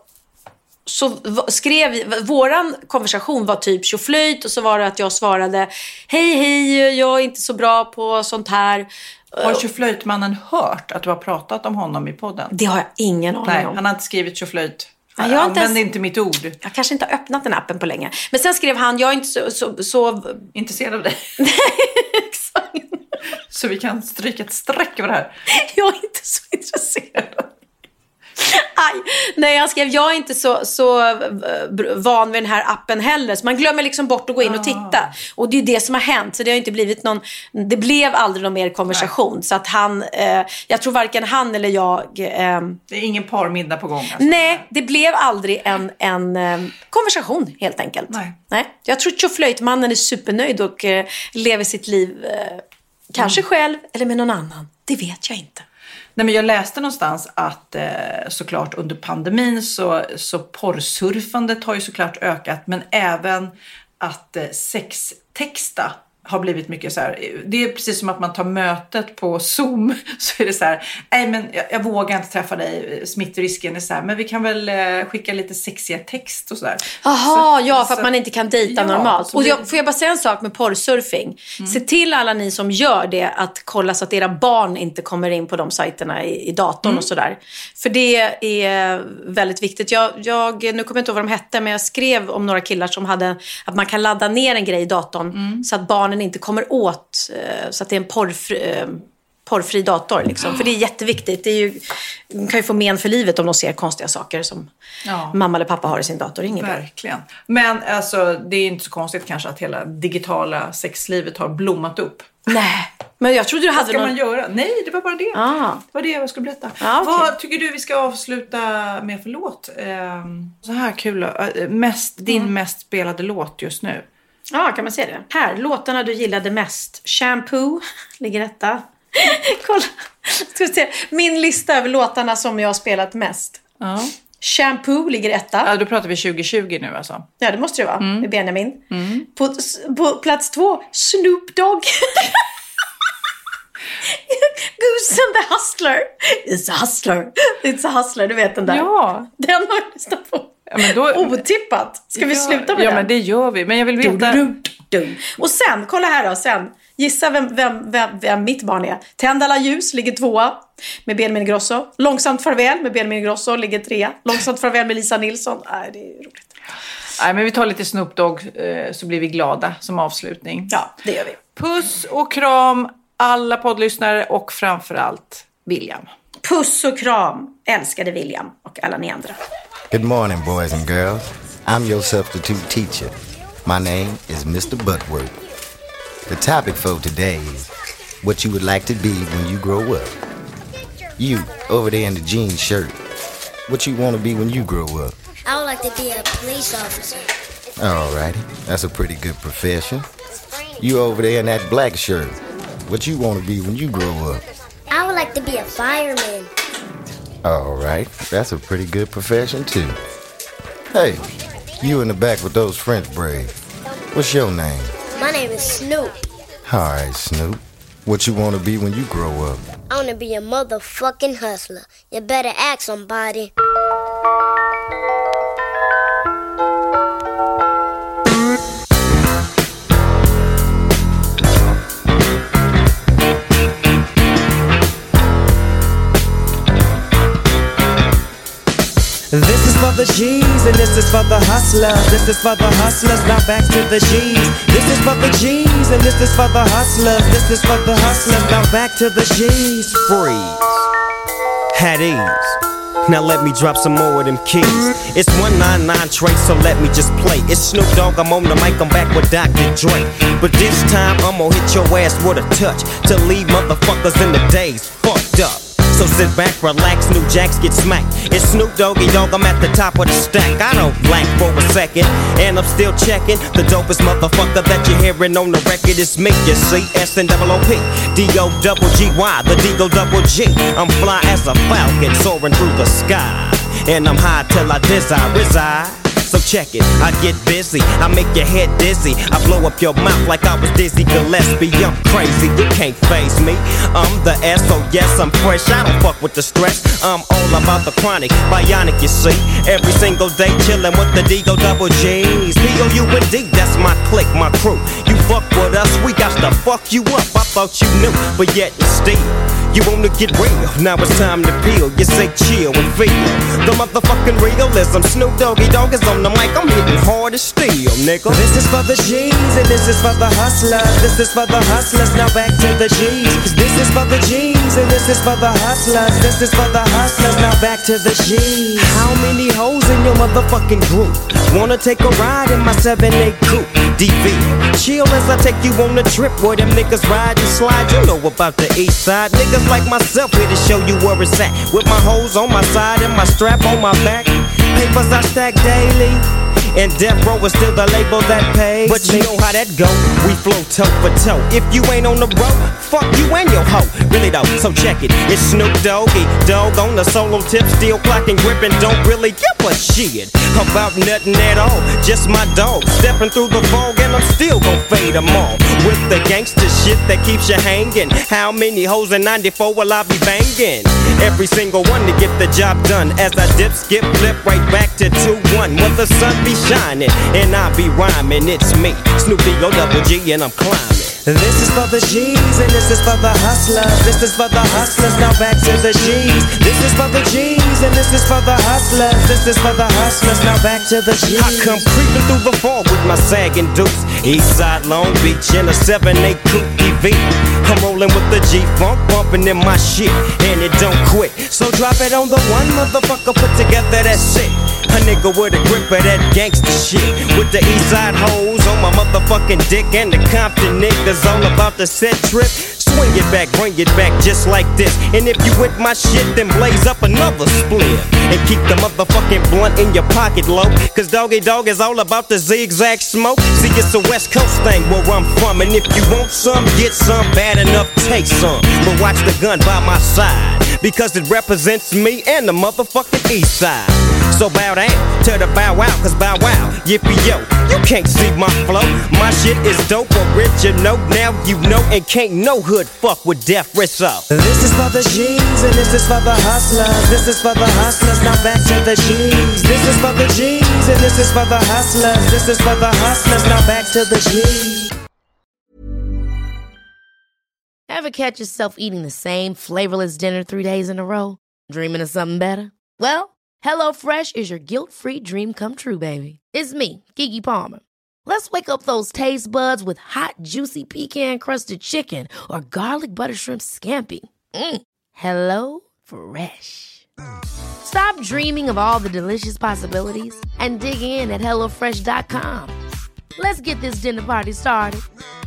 skrev våran konversation var typ tjoflöjt, och så var det att jag svarade hej, jag är inte så bra på sånt här. Har tjoflöjtmannen hört att du har pratat om honom i podden? Det har jag ingen aning om. Han har inte skrivit tjoflöjt. Jag använder inte mitt ord. Jag kanske inte har öppnat den appen på länge. Men sen skrev han, jag är inte så intresserad av dig. Exakt. Så vi kan stryka ett streck över det här. Jag är inte så intresserad av dig. Nej, han skrev, jag är inte så van vid den här appen heller. Så man glömmer liksom bort att gå in och titta. Och det är det som har hänt. Så det har inte blivit det blev aldrig någon mer konversation. Nej. Så att jag tror varken han eller jag... det är ingen parmiddag på gång. Alltså. Nej, det blev aldrig en konversation helt enkelt. Nej. Jag tror att tjoflöjtmannen är supernöjd och lever sitt liv kanske själv eller med någon annan. Det vet jag inte. Nej, men jag läste någonstans att såklart under pandemin så porrsurfandet har ju såklart ökat, men även att sextexta har blivit mycket så här. Det är precis som att man tar mötet på Zoom, så är det så här, nej men jag vågar inte träffa dig, smittorisken är så här, men vi kan väl skicka lite sexiga text och så där. Jaha, för att man inte kan dejta normalt. Och får jag bara säga en sak med porrsurfing? Se till alla ni som gör det att kolla så att era barn inte kommer in på de sajterna i datorn och sådär. För det är väldigt viktigt. Jag nu kommer jag inte ihåg vad de hette, men jag skrev om några killar som hade att man kan ladda ner en grej i datorn så att barnen inte kommer åt, så att det är en porrfri dator liksom. För det är jätteviktigt. De kan ju få men för livet om de ser konstiga saker som mamma eller pappa har i sin dator. Verkligen. Men alltså, det är inte så konstigt kanske att hela digitala sexlivet har blommat upp. Nej, men jag trodde du hade man göra? Nej, det var bara det. Det var det jag skulle berätta. Okay. Vad tycker du vi ska avsluta med för låt? Så här kul. Din mest spelade låt just nu. Ja, kan man se det? Här, låtarna du gillade mest. Shampoo ligger detta. Kolla, ska vi se. Min lista över låtarna som jag har spelat mest. Shampoo ligger etta. Ja, då pratar vi 2020 nu alltså. Ja, det måste det vara. Med Benjamin. På plats 2, Snoop Dogg. Goose and the Hustler. It's a hustler, du vet den där. Ja. Den har jag lyssnat på. Ja, men då... Otippat. Ska vi sluta med den? Ja, men det gör vi. Men jag vill veta... Och sen, kolla här då, gissa vem mitt barn är. Tänd alla ljus ligger 2 med Benjamin Ingrosso. Långsamt farväl med Benjamin Ingrosso ligger 3. Långsamt farväl med Lisa Nilsson. Nej, det är roligt. Nej, men vi tar lite Snoop Dogg så blir vi glada som avslutning. Ja, det gör vi. Puss och kram alla poddlyssnare och framförallt William. Puss och kram, älskade William och alla ni andra. Good morning, boys and girls. I'm your substitute teacher. My name is Mr. Butworth. The topic for today is what you would like to be when you grow up. You, over there in the jean shirt, what you want to be when you grow up? I would like to be a police officer. Alrighty, that's a pretty good profession. You over there in that black shirt, what you want to be when you grow up? I would like to be a fireman. Alright, that's a pretty good profession too. Hey, you in the back with those French braids. What's your name? My name is Snoop. Alright, Snoop. What you want to be when you grow up? I want to be a motherfucking hustler. You better ask somebody. This is for the G's and this is for the hustlers. This is for the hustlers, now back to the G's. This is for the G's and this is for the hustlers. This is for the hustlers, now back to the G's. Freeze. At ease. Now let me drop some more of them keys. It's 199 Trace, so let me just play. It's Snoop Dogg, I'm on the mic, I'm back with Dr. Dre. But this time I'm gonna hit your ass with a touch to leave motherfuckers in the days fucked up. So sit back, relax, new jacks get smacked. It's Snoop Doggy Dogg, I'm at the top of the stack. I don't blank for a second, and I'm still checking. The dopest motherfucker that you're hearing on the record is me, you see. S-N-O-O-P, D-O-double-G-Y, the D-O-double-G. I'm fly as a falcon soaring through the sky, and I'm high till I reside. So check it, I get busy, I make your head dizzy, I blow up your mouth like I was Dizzy Gillespie. I'm crazy, you can't faze me. I'm the S, so yes, I'm fresh, I don't fuck with the stress. I'm all about the chronic, bionic, you see. Every single day chillin' with the D-O-double-G's. P-O-U-N-D, that's my clique, my crew. You fuck with us, we got to fuck you up. I thought you knew, but yet and still you wanna get real, now it's time to peel. You say chill and feel the motherfucking realism. Snoop Doggy Dogg is on the mic, I'm hitting hard as steel, nigga. This is for the G's and this is for the hustlers. This is for the hustlers, now back to the G's. This is for the G's and this is for the hustlers. This is for the hustlers, now back to the G's. How many hoes in your motherfucking group wanna take a ride in my 7-8 coupe? DV, chill as I take you on a trip where them niggas ride and slide. You know about the east side. Niggas like myself here to show you where it's at. With my hoes on my side and my strap on my back. Papers I stack daily, and Death Row is still the label that pays. But you know how that go, we flow toe for toe. If you ain't on the road, fuck you and your hoe. Really though, so check it, it's Snoop Doggy Dogg on the solo tip, still clocking, gripping, don't really give a shit about nothing at all. Just my dog, stepping through the fog and I'm still gon' fade them all. With the gangster shit that keeps you hanging. How many hoes in 94 will I be banging? Every single one to get the job done. As I dip, skip, flip right back to 2-1. When the sun be shining and I be rhyming, it's me, Snoop D-O-double-G, and I'm climbing. This is for the G's and this is for the hustlers. This is for the hustlers, now back to the G's. This is for the G's and this is for the hustlers. This is for the hustlers, now back to the G's. I come creeping through the fall with my sagging dukes. Eastside Long Beach in a 7-8 coupe DV. I'm rolling with the G-Funk, bumping in my shit, and it don't quit. So drop it on the one motherfucker put together, that's it. A nigga with a grip of that gangster shit. With the Eastside hoes on my motherfucking dick, and the Compton niggas all about the set trip. Swing it back, bring it back just like this. And if you with my shit, then blaze up another split. And keep the motherfucking blunt in your pocket low, cause Doggy Dogg is all about the zigzag smoke. See, it's a West Coast thing where I'm from, and if you want some, get some, bad enough, take some. But watch the gun by my side, because it represents me and the motherfucking East Side. So bow down to the bow wow, cause bow wow, yippee yo, you can't see my flow. My shit is dope, original, now you know, and can't no hood fuck with Death Rizzo. This is for the G's and this is for the hustlers. This is for the hustlers, now back to the G's. This is for the G's and this is for the hustlers. This is for the hustlers, now back to the G's. Ever catch yourself eating the same flavorless dinner 3 days in a row? Dreaming of something better? Well, HelloFresh is your guilt-free dream come true, baby. It's me, Keke Palmer. Let's wake up those taste buds with hot, juicy pecan-crusted chicken or garlic butter shrimp scampi. Hello Fresh. Stop dreaming of all the delicious possibilities and dig in at HelloFresh.com. Let's get this dinner party started.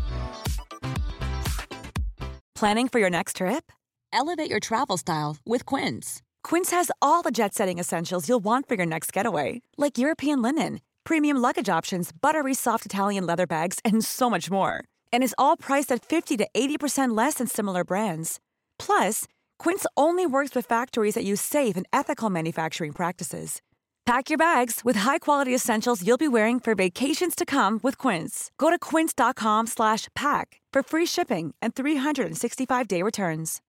Planning for your next trip? Elevate your travel style with Quince. Quince has all the jet-setting essentials you'll want for your next getaway, like European linen, premium luggage options, buttery soft Italian leather bags, and so much more. And is all priced at 50 to 80% less than similar brands. Plus, Quince only works with factories that use safe and ethical manufacturing practices. Pack your bags with high-quality essentials you'll be wearing for vacations to come with Quince. Go to quince.com/pack for free shipping and 365-day returns.